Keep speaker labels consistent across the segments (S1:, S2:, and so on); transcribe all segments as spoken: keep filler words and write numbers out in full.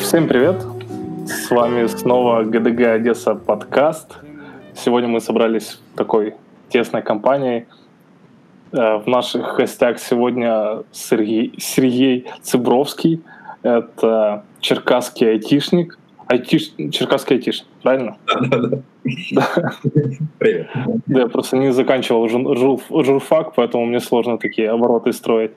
S1: Всем привет! С вами снова ГДГ Одесса подкаст. Сегодня мы собрались в такой тесной компании. В наших гостях сегодня Сергей, Сергей Цыбровский. Это черкасский айтишник. Айтиш... Черкасский айтишник, правильно?
S2: Да, да, да. Привет.
S1: Да, я просто не заканчивал жур... журфак, поэтому мне сложно такие обороты строить.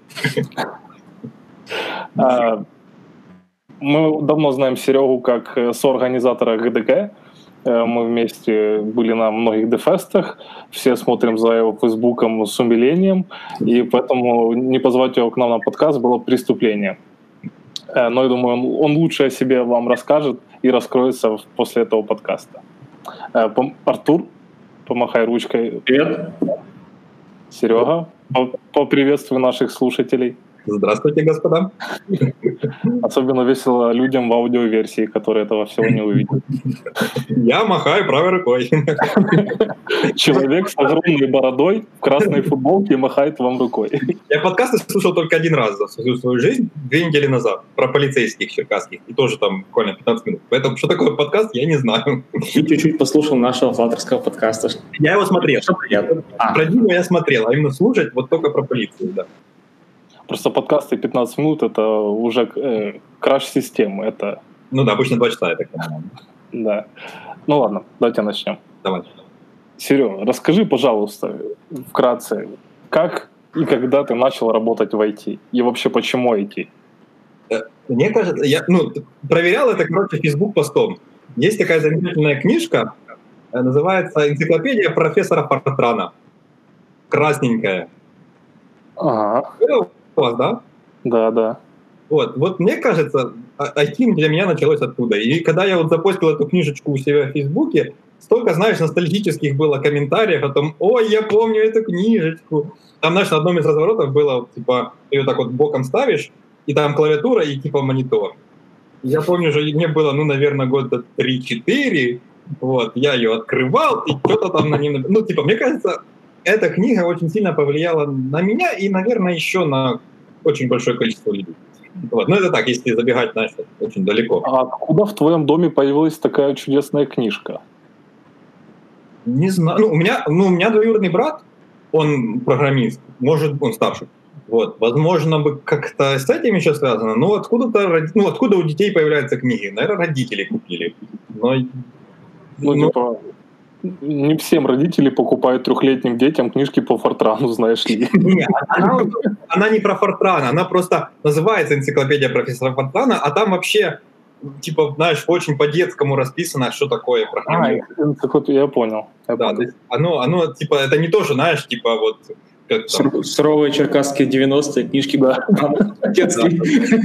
S1: Мы давно знаем Серегу как соорганизатора ГДГ. Мы вместе были на многих дефестах. Все смотрим за его фейсбуком с умилением. И поэтому не позвать его к нам на подкаст было преступлением. Но я думаю, он, он лучше о себе вам расскажет и раскроется после этого подкаста. Артур, помахай ручкой.
S2: Привет.
S1: Серега, поприветствуй наших слушателей.
S2: Здравствуйте, господа.
S1: Особенно весело людям в аудиоверсии, которые этого всего не увидят.
S2: Я махаю правой рукой.
S1: Человек с огромной бородой в красной футболке махает вам рукой.
S2: Я подкасты слушал только один раз за всю свою жизнь, две недели назад, про полицейских черкасских, и тоже там буквально пятнадцать минут. Поэтому что такое подкаст, я не знаю.
S3: И чуть-чуть послушал нашего флаттерского подкаста.
S2: Я его смотрел. А. Про Диму я смотрел, а именно слушать вот только про полицию, да.
S1: Просто подкасты пятнадцать минут — это уже э, краш системы. Это...
S2: Ну да, обычно два часа, я так понимаю.
S1: Да. Ну ладно, давайте начнем.
S2: Давай.
S1: Серега, расскажи, пожалуйста, вкратце, как и когда ты начал работать в ай ти? И вообще, почему ай ти?
S2: Мне кажется, я ну, проверял это, короче, Facebook постом. Есть такая замечательная книжка, называется «Энциклопедия профессора Фортрана». Красненькая.
S1: Ага.
S2: У вас, да?
S1: Да, да.
S2: Вот, вот мне кажется, ай ти для меня началось оттуда. И когда я вот запостил эту книжечку у себя в Фейсбуке, столько, знаешь, ностальгических было комментариев о том, ой, я помню эту книжечку. Там, знаешь, на одном из разворотов было, типа, ты ее так вот боком ставишь, и там клавиатура и типа монитор. Я помню, что мне было, ну, наверное, года три-четыре, вот, я ее открывал, и что-то там на ней... Ну, типа, мне кажется, эта книга очень сильно повлияла на меня и, наверное, еще на очень большое количество людей. Вот. Ну, это так, если забегать, знаешь, очень далеко.
S1: А откуда в твоем доме появилась такая чудесная книжка?
S2: Не знаю. Ну, у меня, ну, у меня двоюродный брат, он программист, может, он старший. Вот. Возможно, бы как-то с этим еще связано, но откуда-то, ну, откуда у детей появляются книги? Наверное, родители купили. Но,
S1: ну, ну, типа... Не всем родители покупают трехлетним детям книжки по Фортрану, знаешь ли.
S2: Нет, она, она не про Фортран, она просто называется «Энциклопедия профессора Фортрана», а там вообще, типа, знаешь, очень по-детскому расписано, что такое программирование.
S1: А, энциклопедия, я понял. Я
S2: да,
S1: понял.
S2: Оно, оно, типа, это не то, что, знаешь, типа, вот... Как там...
S3: Суровые черкасские девяностые книжки, да. Детские.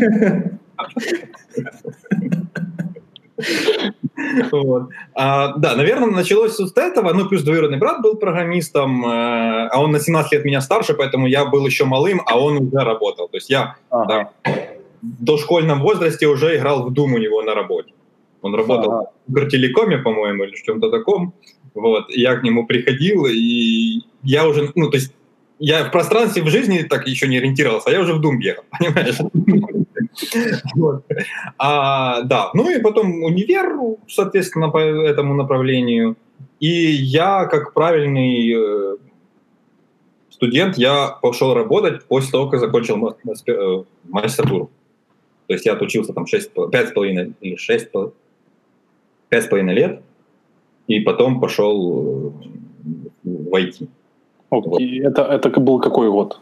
S2: Вот. А, да, наверное, началось с этого, ну, плюс двоюродный брат был программистом, э, а он на семнадцать лет меня старше, поэтому я был еще малым, а он уже работал. То есть я ага. да, в дошкольном возрасте уже играл в Doom у него на работе. Он работал ага. в Укртелекоме, по-моему, или в чем-то таком. Вот. И я к нему приходил, и я уже, ну, то есть я в пространстве в жизни так еще не ориентировался, а я уже в Doom бегал, понимаешь? Вот. А, да, ну и потом универ, соответственно, по этому направлению. И я, как правильный э, студент, я пошел работать после того, как закончил ма- ма- магистратуру. То есть я отучился там шесть, пять с половиной или шесть, пять с половиной лет, и потом пошел в ай ти.
S1: Okay. Вот. И это, это был какой год?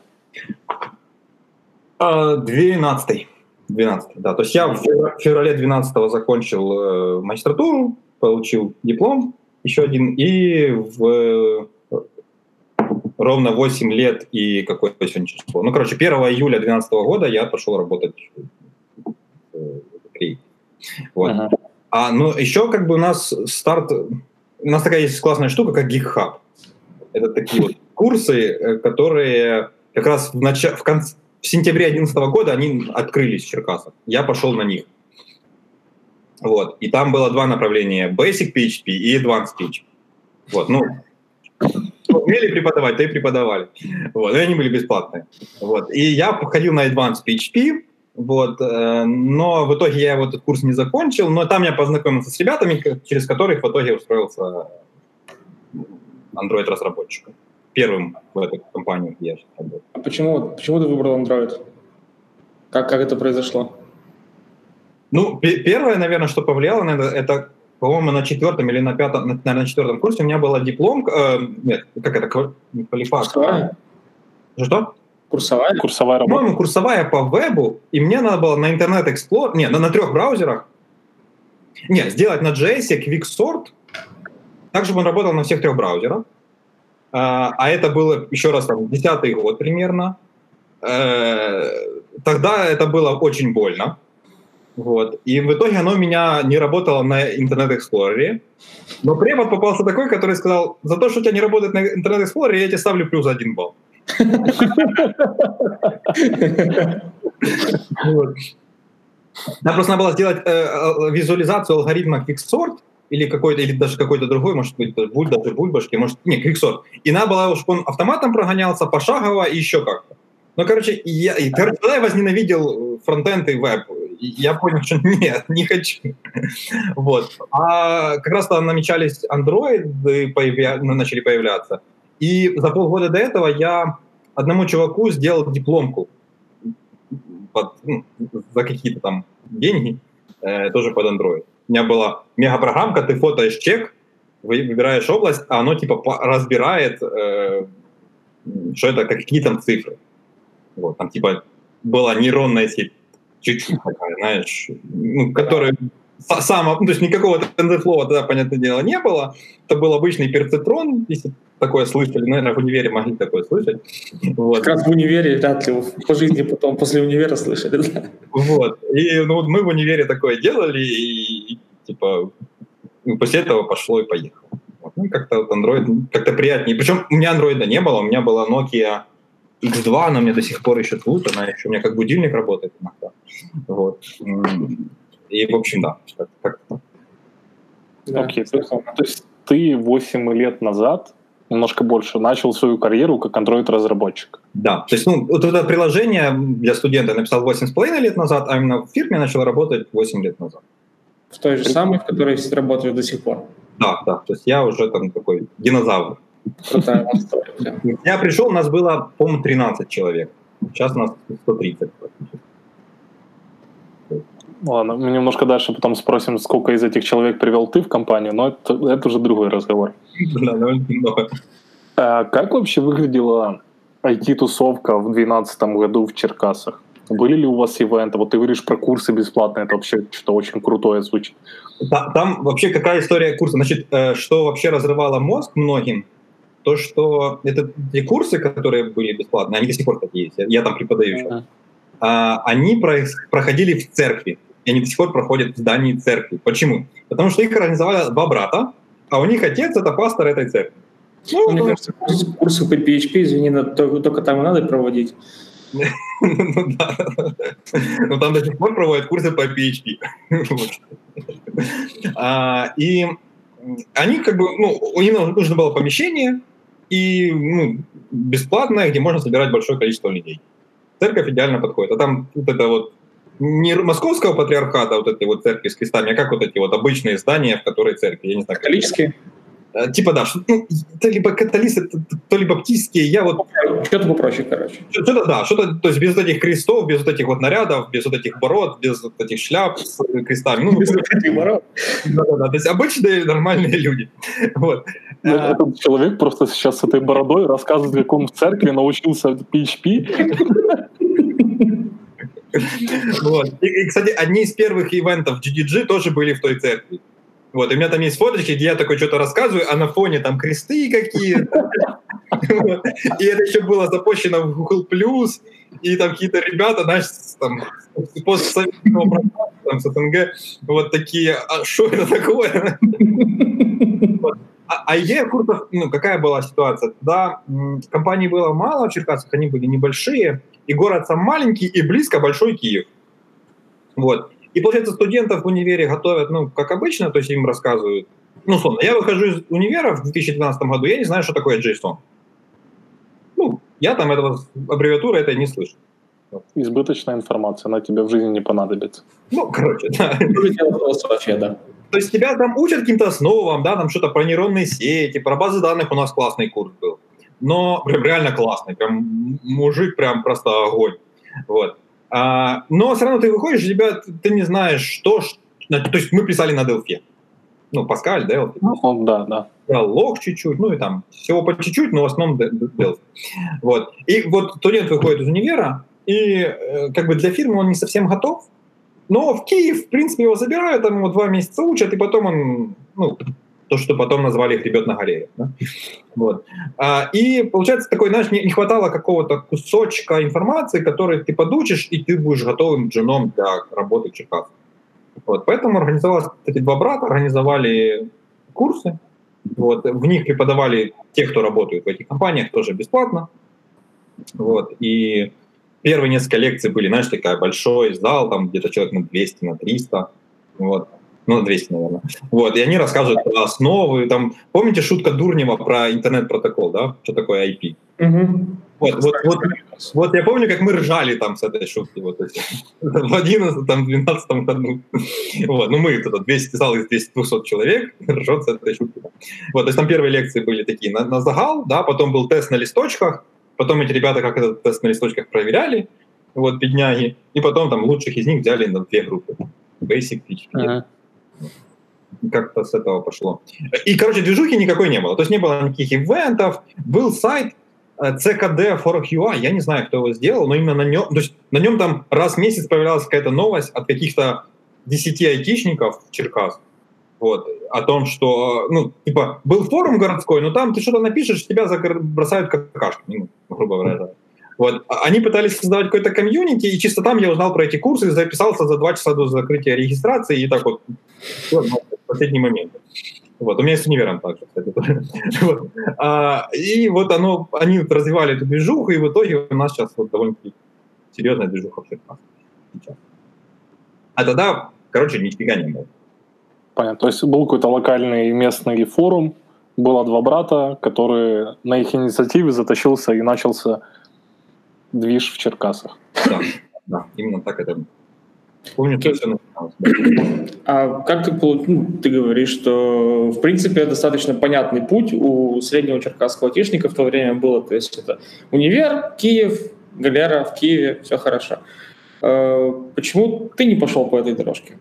S2: Двенадцатый. двенадцатый, да. То есть я в феврале двенадцатого закончил э, магистратуру, получил диплом, еще один, и в э, ровно восемь лет и какое-то сегодня число. Ну, короче, первого июля двенадцатого года я пошел работать в Крей. Вот. Uh-huh. А, ну, еще как бы у нас старт... У нас такая есть классная штука, как GitHub. Это такие вот курсы, которые как раз в, нач... в конце... В сентябре две тысячи одиннадцатого года они открылись в Черкасах. Я пошел на них. Вот. И там было два направления: Basic пи эйч пи и Advanced пи эйч пи. Вот. Ну, умели преподавать, то и преподавали. Вот. И они были бесплатные. Вот. И я походил на Advanced пи эйч пи, Вот, но в итоге я этот курс не закончил, но там я познакомился с ребятами, через которых в итоге устроился Android-разработчиком. Первым в этой компании я сейчас работаю.
S3: А почему, почему ты выбрал Android? Как, как это произошло?
S2: Ну, первое, наверное, что повлияло на это, это, по-моему, на четвертом или на пятом, наверное, на четвертом курсе у меня была диплом, э, нет, как это, квалификация. Что?
S3: Курсовая?
S1: Курсовая работа.
S2: По-моему, курсовая по вебу, и мне надо было на Internet Explorer, не, на, на трех браузерах, не, сделать на джей эс Quicksort, так, чтобы он работал на всех трех браузерах. А, а это было, еще раз, там, десятый год примерно. Э, тогда это было очень больно. Вот. И в итоге оно у меня не работало на Internet Explorer. Но препод попался такой, который сказал, за то, что у тебя не работает на Internet Explorer, я тебе ставлю плюс один балл. Нам просто надо было сделать визуализацию алгоритма Quicksort, или какой-то, или даже какой-то другой, может быть, буль, даже бульбашки, может, не, Quicksort. И надо было, чтобы он автоматом прогонялся, пошагово и еще как-то. Ну, короче, я, и, короче, тогда я возненавидел фронтенд и веб. И я понял, что нет, не хочу. Вот. А как раз там намечались андроиды, появя... начали появляться. И за полгода до этого я одному чуваку сделал дипломку под, ну, за какие-то там деньги, э, тоже под Android. У меня была мегапрограммка, ты фотоешь чек, выбираешь область, а оно типа разбирает, э, что это, какие там цифры. Вот, там типа была нейронная сеть, чуть-чуть такая, знаешь, ну, которая сама, ну, то есть никакого TensorFlow тогда, понятное дело, не было. Это был обычный перцетрон, если такое слышали, наверное, в универе могли такое слышать. Вот.
S3: Как раз в универе, вряд ли по жизни потом, после универа слышали. Да?
S2: Вот, и ну, вот мы в универе такое делали, и, и типа после этого пошло и поехало. Вот. Ну, как-то вот Android как-то приятнее. Причем у меня Android не было, у меня была Nokia икс два, она мне до сих пор еще тут, она еще у меня как будильник работает иногда. Вот. И, в общем, да, как-то.
S1: Окей, то, то есть ты восемь лет назад, немножко больше, начал свою карьеру как Android-разработчик.
S2: Да, то есть, ну, вот это приложение для студента я написал восемь с половиной лет назад, а именно в фирме я начал работать восемь лет назад.
S3: В той же самой, в которой все работают до сих пор?
S2: Да, да, то есть я уже там такой динозавр.
S3: Крутая история.
S2: Я пришел, у нас было, по-моему, тринадцать человек. Сейчас у нас сто тридцать.
S1: Ладно, мы немножко дальше потом спросим, сколько из этих человек привел ты в компанию, но это, это уже другой разговор.
S2: Да, довольно много.
S1: А как вообще выглядела ай ти-тусовка в две тысячи двенадцатом году в Черкасах? Были ли у вас ивенты? Вот ты говоришь про курсы бесплатные, это вообще что-то очень крутое звучит.
S2: Там вообще какая история курса? Значит, что вообще разрывало мозг многим, то, что это те курсы, которые были бесплатные, они до сих пор такие есть, я там преподаю сейчас, uh-huh. а, они про- проходили в церкви, и они до сих пор проходят в здании церкви. Почему? Потому что их организовали два брата, а у них отец — это пастор этой церкви.
S3: Ну, Мне кажется, курсы, курсы по пи эйч пи, извини, только, только там и надо проводить.
S2: Ну да, но там до сих пор проводят курсы по пи эйч пи. И они как бы, ну, им нужно было помещение, и ну, бесплатное, где можно собирать большое количество людей. Церковь идеально подходит. А там вот это вот не московского патриархата, вот этой вот церкви с крестами, а как вот эти вот обычные здания, в которой церкви, я не знаю.
S3: Католические?
S2: Типа, да, что, ну, то либо католисты, то либо баптистские, я вот...
S3: Что-то попроще, короче.
S2: Что-то, да, что-то, то есть без вот этих крестов, без вот этих вот нарядов, без вот этих бород, без вот этих шляп с крестами. Ну,
S3: без вот этих бород.
S2: Да-да-да, то есть обычные нормальные люди. Вот.
S1: Ну, а... Этот человек просто сейчас с этой бородой рассказывает, как он в церкви научился пи эйч пи.
S2: Вот. И, и, кстати, одни из первых ивентов джи ди джи тоже были в той церкви. Вот, и у меня там есть фоточки, где я такой что-то рассказываю, а на фоне там кресты какие-то. И это еще было запущено в Google+, и там какие-то ребята, знаешь, там, постсоветского пространства, с СНГ, вот такие, а что это такое? А идея курсов, ну, какая была ситуация? Тогда компаний было мало в Черкасах, они были небольшие, и город сам маленький, и близко большой Киев. Вот. И, получается, студентов в универе готовят, ну, как обычно, то есть им рассказывают. Ну, условно, я выхожу из универа в две тысячи двенадцатом году, я не знаю, что такое JSON. Ну, я там этого, аббревиатуры этой не слышу.
S1: Избыточная информация, она тебе в жизни не понадобится.
S2: Ну, короче, да.
S3: Вообще, да.
S2: То есть тебя там учат каким-то основам, да, там что-то про нейронные сети, про базы данных у нас классный курс был. Но прям реально классный, прям мужик прям просто огонь. Вот. А, но все равно ты выходишь, тебя, ты не знаешь, что... То есть мы писали на Delphi. Ну, Паскаль, Delphi.
S1: Ну, да, да.
S2: Лог чуть-чуть, ну и там всего по чуть-чуть, но в основном Delphi. Вот. И вот студент выходит из универа, и э, как бы для фирмы он не совсем готов, но в Киев, в принципе, его забирают, там его два месяца учат, и потом он, ну, то, что потом назвали «Хребет на галерее». Да? Вот. А, и получается, такой, знаешь, не, не хватало какого-то кусочка информации, который ты подучишь, и ты будешь готовым джуном для работы в Черкасах. Вот. Поэтому организовалось, эти два брата организовали курсы. Вот. В них преподавали те, кто работают в этих компаниях, тоже бесплатно. Вот. И первые несколько лекций были, знаешь, такая большой зал, там где-то человек на двести, на триста. Вот. Ну, на двести, наверное. Вот. И они рассказывают про основы. Там, помните шутка Дурнева про интернет-протокол, да? Что такое ай пи?
S3: Угу.
S2: Вот, вот, вот, вот я помню, как мы ржали там с этой шутки. Вот, в одиннадцатом, двенадцатом году. Вот. Ну, мы туда двести зал из двухсот человек ржет с этой шутки. Вот. То есть там первые лекции были такие на, на загал, да, потом был тест на листочках, потом эти ребята как этот тест на листочках проверяли, вот, бедняги, и потом там лучших из них взяли на две группы. Basic, P H P. Uh-huh. Как-то с этого пошло. И, короче, движухи никакой не было. То есть не было никаких ивентов. Был сайт си кей ди фор кью эй, я не знаю, кто его сделал, но именно на нем, то есть на нем там раз в месяц появлялась какая-то новость от каких-то десяти айтишников в Черкас, вот, о том, что, ну, типа, был форум городской, но там ты что-то напишешь, тебя бросают какашки, ну, грубо говоря. Вот. Они пытались создавать какой-то комьюнити, и чисто там я узнал про эти курсы, записался за два часа до закрытия регистрации, и так вот, в последний момент. Вот. У меня с универом так же, кстати. Вот. А, и вот оно, они развивали эту движуху, и в итоге у нас сейчас вот довольно-таки серьезная движуха в Черкасах. А тогда, короче, нифига не было.
S1: Понятно. То есть был какой-то локальный местный форум, было два брата, которые на их инициативе затащился и начался движ в Черкасах.
S2: Да, да, именно так это было. Помню, как все начиналось.
S3: А как ты, ну, ты говоришь, что в принципе достаточно понятный путь у среднего черкасского айтишника в то время было, то есть это универ, Киев, галера в Киеве, все хорошо. Почему ты не пошел по этой дорожке?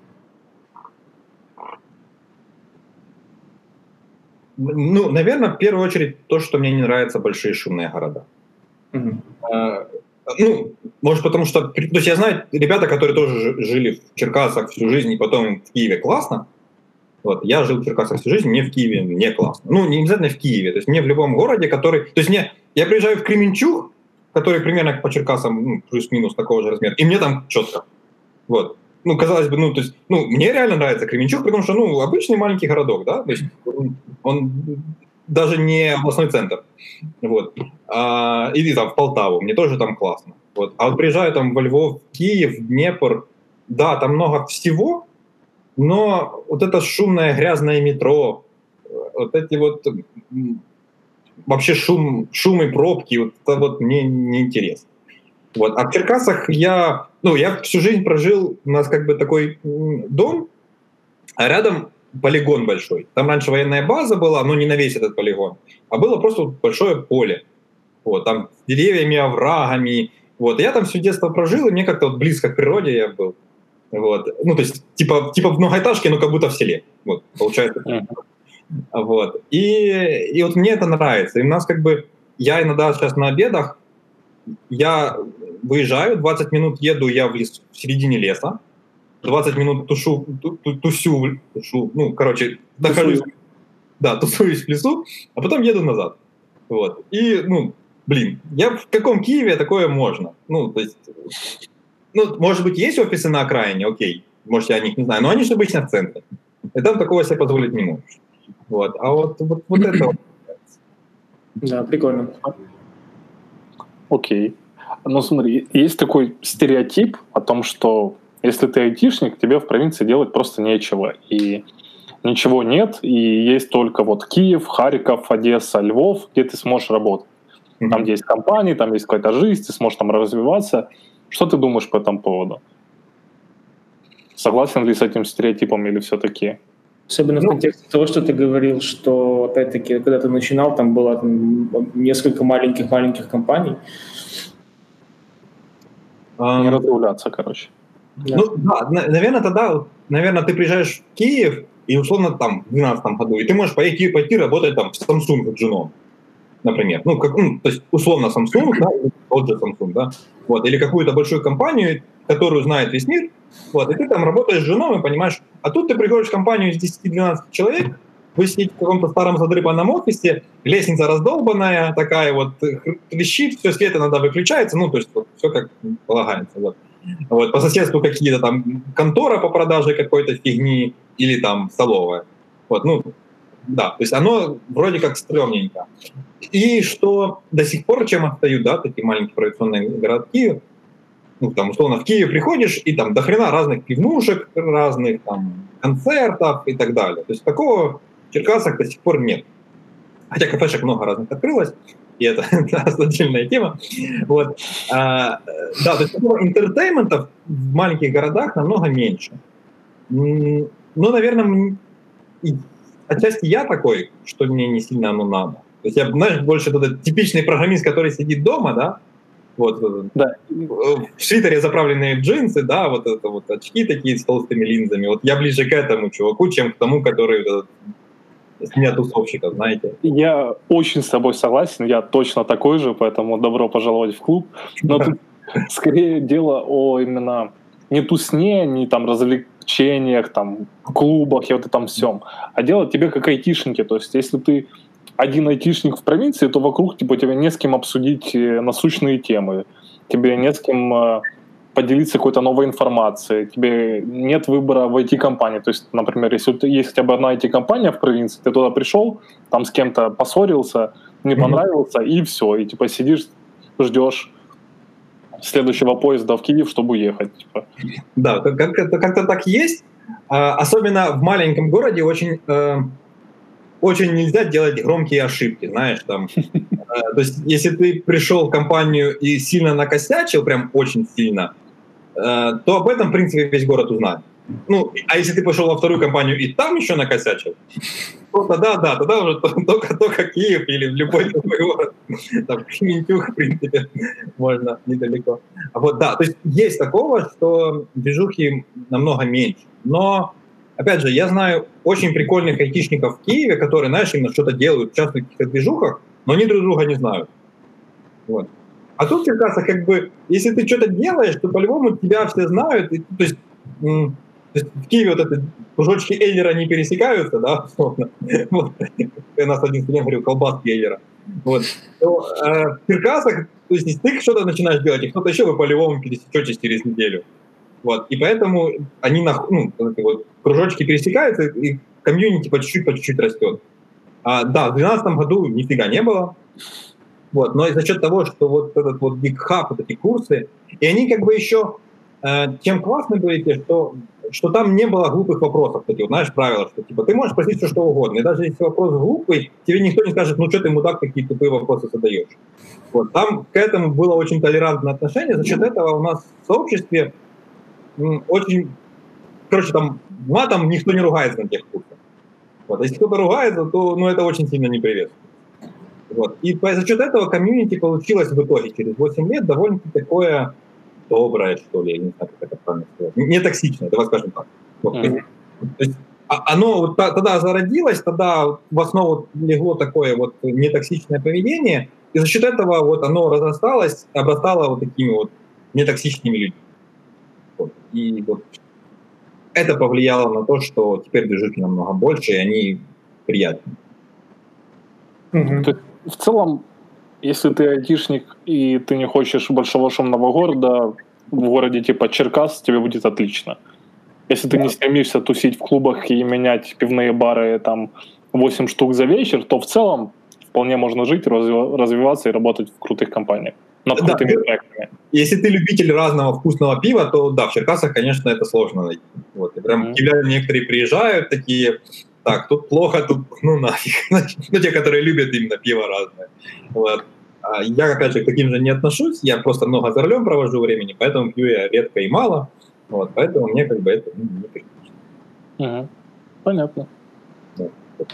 S2: Ну, наверное, в первую очередь то, что мне не нравятся большие шумные города.
S3: Угу.
S2: А, ну, может, потому что... То есть я знаю ребята, которые тоже жили в Черкасах всю жизнь, и потом в Киеве классно. Вот, я жил в Черкасах всю жизнь, мне в Киеве не классно. Ну, не обязательно в Киеве, то есть мне в любом городе, который... То есть мне... Я приезжаю в Кременчуг, который примерно по Черкасам, ну, плюс-минус такого же размера, и мне там четко. Вот. Ну, казалось бы, ну, то есть, ну, мне реально нравится Кременчуг, потому что, ну, обычный маленький городок, да, то есть он, он даже не областной центр, вот, а, или там в Полтаву, мне тоже там классно, вот, а вот приезжаю там во Львов, Киев, Днепр, да, там много всего, но вот это шумное грязное метро, вот эти вот вообще шум, шум и пробки, вот это вот мне неинтересно. Вот. А в Черкасах я, ну, я всю жизнь прожил, у нас как бы такой дом, а рядом полигон большой. Там раньше военная база была, но не на весь этот полигон, а было просто большое поле. Вот, там с деревьями, оврагами. Вот. И я там все детство прожил, и мне как-то вот близко к природе я был. Вот. Ну, то есть типа, типа в многоэтажке, но как будто в селе. Вот, получается. Вот. И, и вот мне это нравится. И у нас как бы, я иногда сейчас на обедах, я выезжаю, двадцать минут еду я в, лес, в середине леса, двадцать минут тушу, ту, ту, тусю, тушу, ну, короче, нахожусь, да, тусуюсь в лесу, а потом еду назад. Вот. И, ну, блин, я в каком Киеве такое можно? Ну, то есть, ну, может быть, есть офисы на окраине, окей, может, я о них не знаю, но они же обычно в центре. И там такого себе позволить не можешь. Вот. А вот, вот, вот это вот.
S3: Да, прикольно.
S1: Окей. Ну смотри, есть такой стереотип о том, что если ты айтишник, тебе в провинции делать просто нечего. И ничего нет, и есть только вот Киев, Харьков, Одесса, Львов, где ты сможешь работать. Mm-hmm. Там, где есть компании, там есть какая-то жизнь, ты сможешь там развиваться. Что ты думаешь по этому поводу? Согласен ли с этим стереотипом или все-таки?
S3: Особенно ну, в контексте того, что ты говорил, что, опять-таки, когда ты начинал, там было там, несколько маленьких-маленьких компаний.
S1: Не разгуляться, короче.
S2: Да. Ну, да, наверное, тогда, наверное, ты приезжаешь в Киев, и, условно, там, в двенадцатом году, и ты можешь пойти, пойти работать там в Samsung джуном, например. Ну, как, ну, то есть, условно, Samsung, да, тот же Samsung, да, вот, или какую-то большую компанию, которую знает весь мир, вот, и ты там работаешь с женом и понимаешь, а тут ты приходишь в компанию из десяти-двенадцати человек, вы сидите в каком-то старом задрыпанном офисе, лестница раздолбанная, такая вот, трещит, все, свет иногда выключается, ну, то есть, вот, все как полагается, вот. Вот, по соседству какие-то там контора по продаже какой-то фигни или там столовая. Вот, ну, да, то есть оно вроде как стрёмненько. И что до сих пор, чем отстают, да, такие маленькие провинциальные городки, ну, там, условно, в Киев приходишь, и там до хрена разных пивнушек, разных там концертов и так далее. То есть такого в Черкасах до сих пор нет. Хотя кафешек много разных открылось, и это, это отдельная тема. Вот. А, да, то есть такого интертеймента в маленьких городах намного меньше. Ну, наверное, отчасти я такой, что мне не сильно оно надо. То есть я, знаешь, больше этот типичный программист, который сидит дома, да, вот, да. В свитере заправленные джинсы, да, вот это вот очки такие с толстыми линзами. Вот я ближе к этому чуваку, чем к тому, который с меня тусовщиков, знаете.
S1: Я очень с тобой согласен, я точно такой же, поэтому добро пожаловать в клуб. Но тут скорее дело о именно не тусне, не там развлечениях, там клубах и вот этом всем, а дело тебе как айтишнике. То есть если ты один айтишник в провинции, то вокруг типа, тебе не с кем обсудить насущные темы, тебе не с кем поделиться какой-то новой информацией, тебе нет выбора в ай ти-компании. То есть, например, если есть хотя бы одна ай ти-компания в провинции, ты туда пришел, там с кем-то поссорился, не понравился, mm-hmm. и все. И типа сидишь, ждешь следующего поезда в Киев, чтобы уехать. Типа.
S2: Да, как-то, как-то так есть. Особенно в маленьком городе очень... Очень нельзя делать громкие ошибки, знаешь, там. То есть, если ты пришел в компанию и сильно накосячил, прям очень сильно, то об этом, в принципе, весь город узнает. Ну, а если ты пошел во вторую компанию и там еще накосячил, то тогда, да, тогда уже только, только Киев или любой другой город. Там, Кременчуг, в принципе, можно недалеко. А вот, да, то есть есть такого, что движухи намного меньше. Но опять же, я знаю очень прикольных айтишников в Киеве, которые, знаешь, именно что-то делают, участвуют в каких-то движухах, но они друг друга не знают. Вот. А тут, в Черкасах, как бы, если ты что-то делаешь, то по-любому тебя все знают. И, то, есть, м- то есть в Киеве вот эти кружочки Эйлера не пересекаются, да, условно. Вот. У нас один студент говорил, колбаски Эйлера. Вот. То, э, в Черкасах, то есть, если ты что-то начинаешь делать, и кто-то еще, вы по-любому пересечетесь через неделю. Вот. И поэтому они, ну, вот, кружочки пересекаются, и комьюнити по чуть-чуть, по чуть-чуть растет. А, да, в две тысячи двенадцатом году нифига не было. Вот. Но и за счет того, что вот этот вот Big Hub, вот эти курсы, и они как бы еще, э, чем классно были, те, что, что там не было глупых вопросов. Такие, вот, знаешь, правила, что типа ты можешь спросить все, что угодно. И даже если вопрос глупый, тебе никто не скажет, ну что ты, мудак, такие тупые вопросы задаешь. Вот. Там к этому было очень толерантное отношение. За счет этого у нас в сообществе очень, короче, там матом никто не ругается на тех курсах. Вот. А если кто-то ругается, то ну, это очень сильно не приветствуется. Вот. И за счет этого комьюнити получилось в итоге через восемь лет довольно-таки такое доброе, что ли, я не знаю, как это правильно сказать. Не токсичное, давай скажем так. Вот. Mm-hmm. То есть оно вот тогда зародилось, тогда в основу легло такое вот нетоксичное поведение, и за счет этого вот оно разрасталось, обрастало вот такими вот нетоксичными людьми. Вот. И вот это повлияло на то, что теперь движухи намного больше, и они приятнее.
S1: Mm-hmm. В целом, если ты айтишник и ты не хочешь большого шумного города, в городе типа Черкас тебе будет отлично. Если ты да. не стремишься тусить в клубах и менять пивные бары там восемь штук за вечер, то в целом вполне можно жить, развиваться и работать в крутых компаниях. Над да, крутыми проектами.
S2: Если ты любитель разного вкусного пива, то да, в Черкасах, конечно, это сложно найти. Вот. И прям mm-hmm. некоторые приезжают такие... Так, тут плохо, тут ну нафиг. Ну, те, которые любят именно пиво разное. Вот. А, я, опять же, к таким же не отношусь, я просто много за рулем провожу времени, поэтому пью я редко и мало, вот, поэтому мне как бы это ну, не критично.
S1: Ага. Понятно.
S2: Да.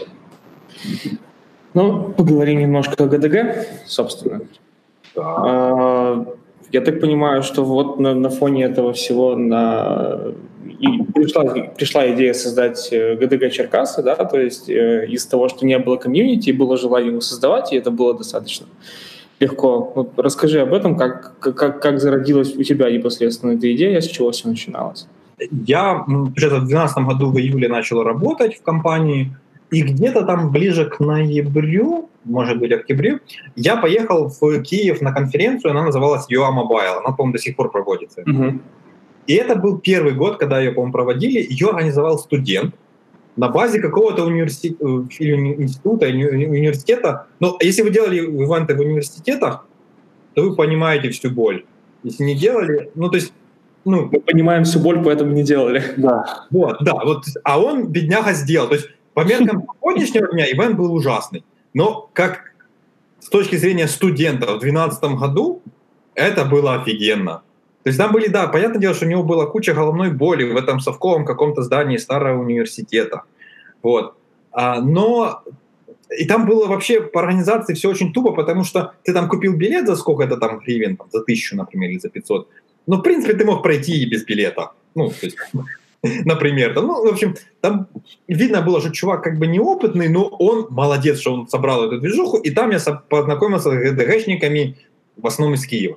S3: Ну, поговорим немножко о ГДГ, собственно.
S2: Да.
S3: А, я так понимаю, что вот на, на фоне этого всего на... и пришла, пришла идея создать ГДГ Черкассы, да, то есть э, из того, что не было комьюнити, было желание его создавать, и это было достаточно легко. Вот расскажи об этом, как, как, как зародилась у тебя непосредственно эта идея, с чего все начиналось.
S2: Я в две тысячи двенадцатом году в июле начал работать в компании, и где-то там ближе к ноябрю, может быть, октябрю, я поехал в Киев на конференцию, она называлась ю эй Mobile, она, по-моему, до сих пор проводится.
S3: Uh-huh.
S2: И это был первый год, когда ее, по-моему, проводили, ее организовал студент на базе какого-то университета, института, университета. Но если вы делали ивенты в университетах, то вы понимаете всю боль. Если не делали, ну, то есть, ну...
S3: Мы понимаем всю боль, поэтому не делали.
S1: Да.
S2: Вот, да, вот, а он, бедняга, сделал. То есть, по меркам сегодняшнего дня ивент был ужасный. Но как с точки зрения студента в две тысячи двенадцатом году, это было офигенно. То есть там были, да, понятное дело, что у него была куча головной боли в этом совковом каком-то здании старого университета. Вот. А, но и там было вообще по организации все очень тупо, потому что ты там купил билет за сколько-то там гривен, там, за тысячу, например, или за пятьсот. Ну, в принципе, ты мог пройти и без билета. Ну, то есть, например. Там, ну, в общем, там видно было, что чувак как бы неопытный, но он молодец, что он собрал эту движуху. И там я познакомился с ГДГшниками, в основном из Киева.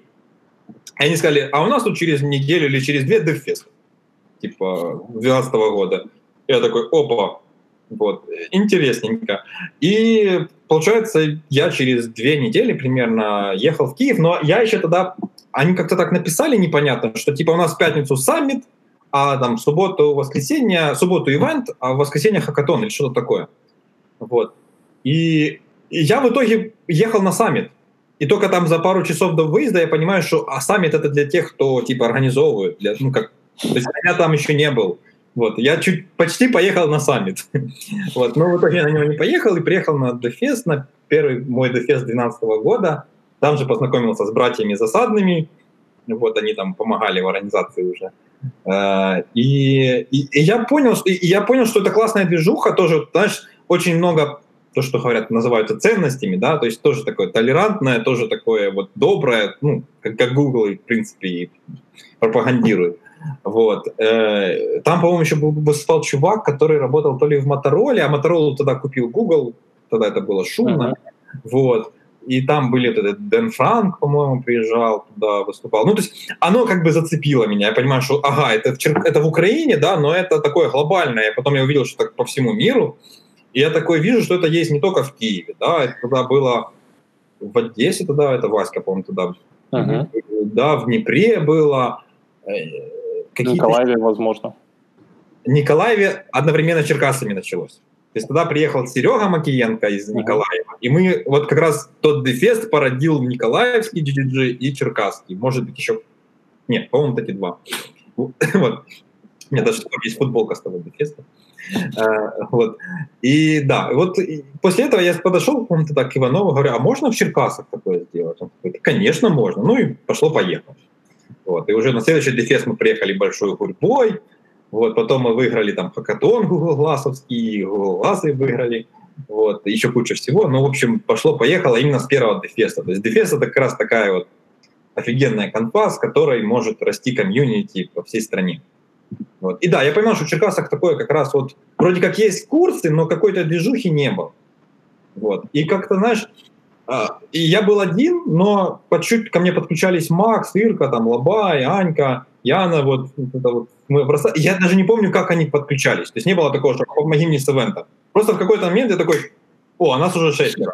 S2: И они сказали, а у нас тут через неделю или через две DevFest, типа две тысячи двенадцатого года. Я такой, опа, вот, интересненько. И, получается, я через две недели примерно ехал в Киев, но я еще тогда, они как-то так написали непонятно, что типа у нас в пятницу саммит, а там в субботу, воскресенье, в субботу ивент, а в воскресенье хакатон или что-то такое. Вот. И, и я в итоге ехал на саммит. И только там за пару часов до выезда я понимаю, что а саммит это для тех, кто типа организовывает. Для, ну, как, то есть я там еще не был. Вот, я чуть почти поехал на саммит. Вот, но в итоге я на него не поехал и приехал на DevFest, на первый мой DevFest две тысячи двенадцатого года. Там же познакомился с братьями Засадными. Вот, они там помогали в организации уже. И, и, и, я понял, и, и я понял, что это классная движуха. Тоже, знаешь, очень много... то, что говорят, называются ценностями, да, то есть тоже такое толерантное, тоже такое вот доброе, ну, как, как Google, в принципе, и пропагандирует. Вот. Там, по-моему, еще был, выступал чувак, который работал то ли в Motorola, а Motorola тогда купил Google, тогда это было шумно, uh-huh. Вот. И там были вот этот Дэн Франк, по-моему, приезжал туда, выступал. Ну, то есть оно как бы зацепило меня. Я понимаю, что, ага, это в, Чер... это в Украине, да, но это такое глобальное. Потом я увидел, что так по всему миру. И я такой вижу, что это есть не только в Киеве, да, это тогда было в Одессе, тогда это Васька, по-моему, тогда, uh-huh. Да, в Днепре было.
S1: В Николаеве, возможно.
S2: В Николаеве одновременно с Черкасами началось. То есть тогда приехал Серега Макиенко из uh-huh. Николаева, и мы, вот как раз тот DevFest породил Николаевский джи джи джи и Черкасский, может быть, еще, нет, по-моему, эти два. Вот. У меня даже есть футболка с того DevFest. Uh, вот. И да, вот и после этого я подошел, по-моему, тогда к Иванову, говорю, а можно в Черкасах такое сделать? Он такой, конечно, можно. Ну и пошло-поехало. Вот. И уже на следующий DevFest мы приехали большой гурьбой. Вот. Потом мы выиграли там хакатон Google Glass'овский, Google Glass'ы выиграли. Вот. Еще куча всего. Ну, в общем, пошло-поехало именно с первого DevFest. То есть DevFest — это как раз такая вот офигенная конфа, с которой может расти комьюнити по всей стране. Вот. И да, я понимал, что в Черкасах такое как раз вот, вроде как есть курсы, но какой-то движухи не было. Вот. И как-то, знаешь, и я был один, но по чуть ко мне подключались Макс, Ирка, там, Лобай, Анька, Яна, вот, это вот мы просто... Я даже не помню, как они подключались. То есть не было такого, что помоги мне с ивента. Просто в какой-то момент я такой, о, а нас уже шестеро.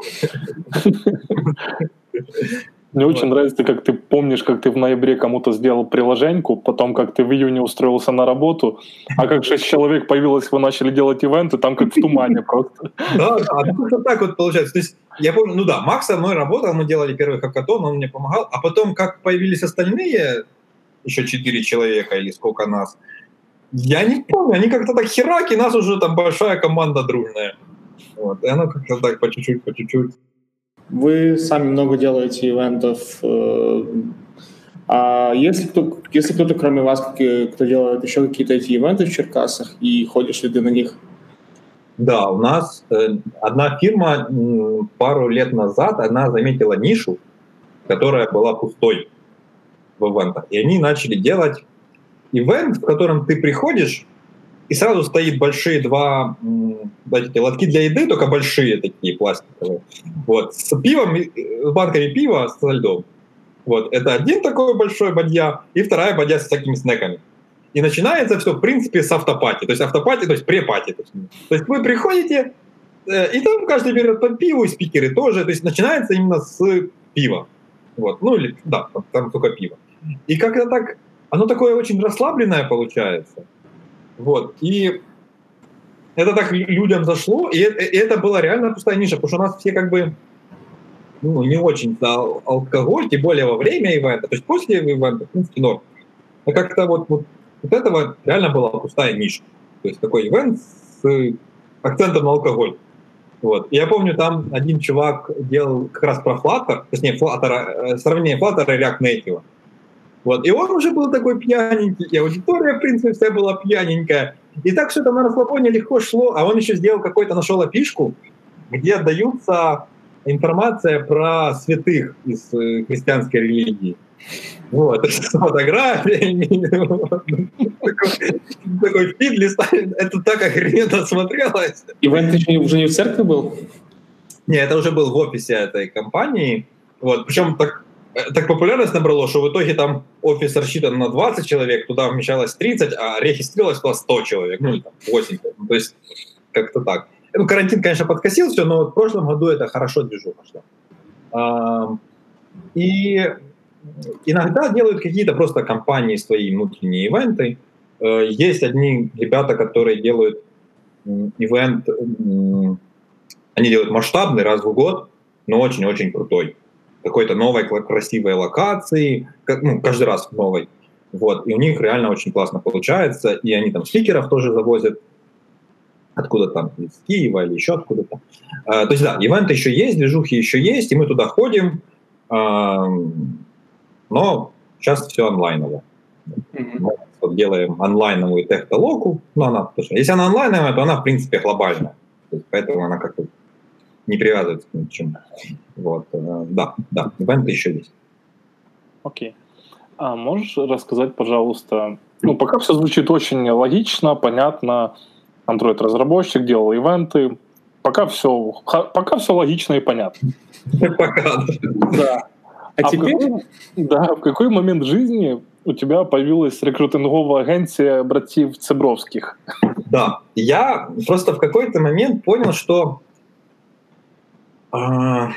S1: Мне вот. Очень нравится, как ты помнишь, как ты в ноябре кому-то сделал приложеньку, потом как ты в июне устроился на работу, а как шесть человек появилось, вы начали делать ивенты, там как в тумане просто.
S2: Да, да, ну так вот получается. То есть я помню, ну да, Макс со мной работал, мы делали первый хакатон, он мне помогал, а потом как появились остальные, еще четыре человека или сколько нас, я не помню, они как-то так хераки, нас уже там большая команда дружная. Вот, и оно как-то так по чуть-чуть, по чуть-чуть.
S3: Вы сами много делаете ивентов. А если, кто, если кто-то, кроме вас, кто делает еще какие-то эти ивенты в Черкасах, и ходишь ли ты на них?
S2: Да, у нас э, одна фирма м, пару лет назад, она заметила нишу, которая была пустой в ивентах. И они начали делать ивент, в котором ты приходишь, и сразу стоит большие два эти лотки для еды, только большие такие, пластиковые. Вот, с пивом, с банками пива, со льдом. Вот, это один такой большой бадья, и вторая бадья с всякими снеками. И начинается все, в принципе, с автопати. То есть автопати, то есть препати. То есть, то есть вы приходите, э, и там каждый берет по пиву, и спикеры тоже. То есть начинается именно с пива. Вот, ну или, да, там, там только пиво. И как-то так, оно такое очень расслабленное получается. Вот, и это так людям зашло, и это, и это была реально пустая ниша, потому что у нас все как бы ну, не очень за алкоголь, тем более во время ивента, то есть после ивента, в принципе, норм. Но как-то вот, вот, вот этого реально была пустая ниша. То есть такой ивент с акцентом на алкоголь. Вот. И я помню, там один чувак делал как раз про Flutter, точнее, Flutter, сравнение Flutter и React Native. Вот. И он уже был такой пьяненький, и аудитория, в принципе, вся была пьяненькая. И так что-то на расслабоне легко шло, а он еще сделал какой-то, нашел афишку, где отдаются информация про святых из э, христианской религии. Вот, с фотографиями, такой фид листает, это так охрененно смотрелось.
S3: Ивент еще уже не в церкви был?
S2: Не, это уже был в офисе этой компании, вот, причем так, так популярность набрало, что в итоге там офис рассчитан на двадцать человек, туда вмещалось тридцать, а регистрировалось туда сто человек, ну, там, восемьдесят, ну, то есть как-то так. Ну, карантин, конечно, подкосил все, но вот в прошлом году это хорошо движуха шло. А, и иногда делают какие-то просто компании свои внутренние ивенты. Есть одни ребята, которые делают ивент, они делают масштабный раз в год, но очень-очень крутой. Какой-то новой красивой локации, ну, каждый раз новой. Вот. И у них реально очень классно получается, и они там спикеров тоже завозят, откуда там, из Киева или еще откуда-то. А, то есть, да, ивенты еще есть, движухи еще есть, и мы туда ходим, а, но сейчас все онлайново. Mm-hmm. Мы вот делаем онлайновую технологию, но она, если она онлайновая, то она, в принципе, глобальная. То есть, поэтому она как-то не привязывается ни к чему. Вот, да, да, ивенты еще есть.
S1: Окей. Okay. А можешь рассказать, пожалуйста, ну, пока все звучит очень логично, понятно, Android-разработчик делал ивенты, пока все, пока все логично и понятно.
S2: Пока.
S1: Да. А, а теперь? В какой, да, в какой момент жизни у тебя появилась рекрутинговая агенция братьев Цебровских?
S2: Да, я просто в какой-то момент понял, что э,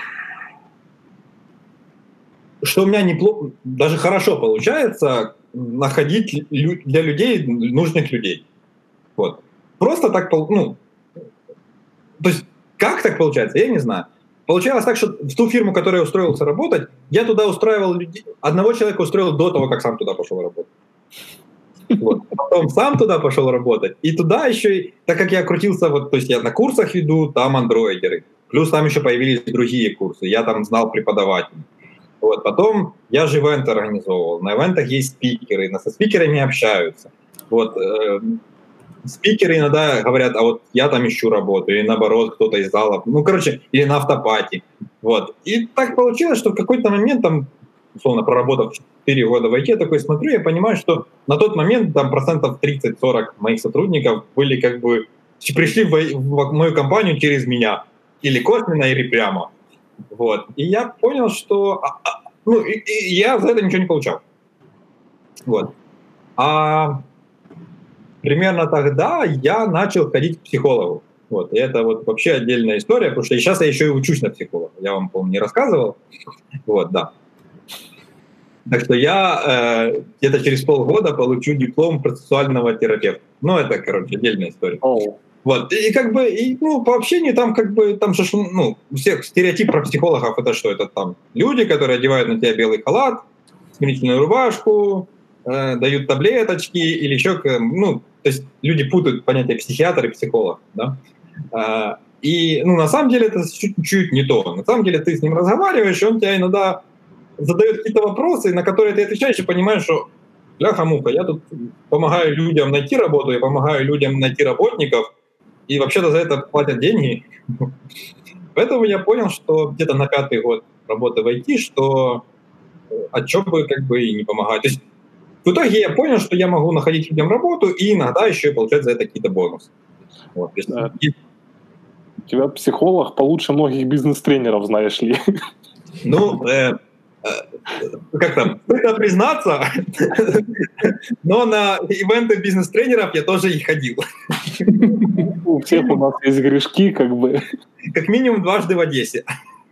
S2: что у меня неплохо, даже хорошо получается находить лю- для людей нужных людей. Вот. Просто так, ну, то есть как так получается, я не знаю. Получалось так, что в ту фирму, в которой я устроился работать, я туда устраивал людей, одного человека устроил до того, как сам туда пошел работать. Вот. Потом сам туда пошел работать, и туда еще, так как я крутился, вот, то есть я на курсах веду, там андроидеры, плюс там еще появились другие курсы, я там знал преподавателей. Вот. Потом я же ивенты организовывал, на ивентах есть спикеры, со спикерами общаются. Вот. Спикеры иногда говорят, а вот я там ищу работу, или наоборот, кто-то из зала, ну, короче, или на автопати. Вот. И так получилось, что в какой-то момент, там, условно, проработав четыре года в ай ти, я такой смотрю, я понимаю, что на тот момент там процентов тридцать-сорок моих сотрудников были как бы, пришли в, в мою компанию через меня, или косвенно, или прямо. Вот. И я понял, что, ну, и, и я за это ничего не получал. Вот. А примерно тогда я начал ходить к психологу. Вот. И это вот вообще отдельная история, потому что сейчас я еще и учусь на психолога. Я вам, по-моему, не рассказывал. Вот, да. Так что я э, где-то через полгода получу диплом процессуального терапевта. Ну, это, короче, отдельная история.
S1: Oh.
S2: Вот. И как бы, и, ну, по общению там как бы, там же, ну, у всех стереотип про психологов это что? Это там люди, которые одевают на тебя белый халат, смирительную рубашку, э, дают таблеточки или еще, ну, то есть люди путают понятие психиатр и психолог, да. И, ну, на самом деле это чуть-чуть не то. На самом деле ты с ним разговариваешь, и он тебя иногда задает какие-то вопросы, на которые ты отвечаешь и понимаешь, что бляха-муха, я тут помогаю людям найти работу, я помогаю людям найти работников, и вообще-то за это платят деньги. Поэтому я понял, что где-то на пятый год работы в ай ти, что а чё бы как бы и не помогать. То есть в итоге я понял, что я могу находить людям работу и иногда еще и получать за это какие-то бонусы. Вот. Есть...
S1: Да. У тебя психолог получше многих бизнес-тренеров, знаешь ли.
S2: Ну, э, э, как там, стыдно признаться, но на ивенты бизнес-тренеров я тоже и ходил.
S1: У всех у нас есть грешки, как бы.
S2: Как минимум дважды в Одессе.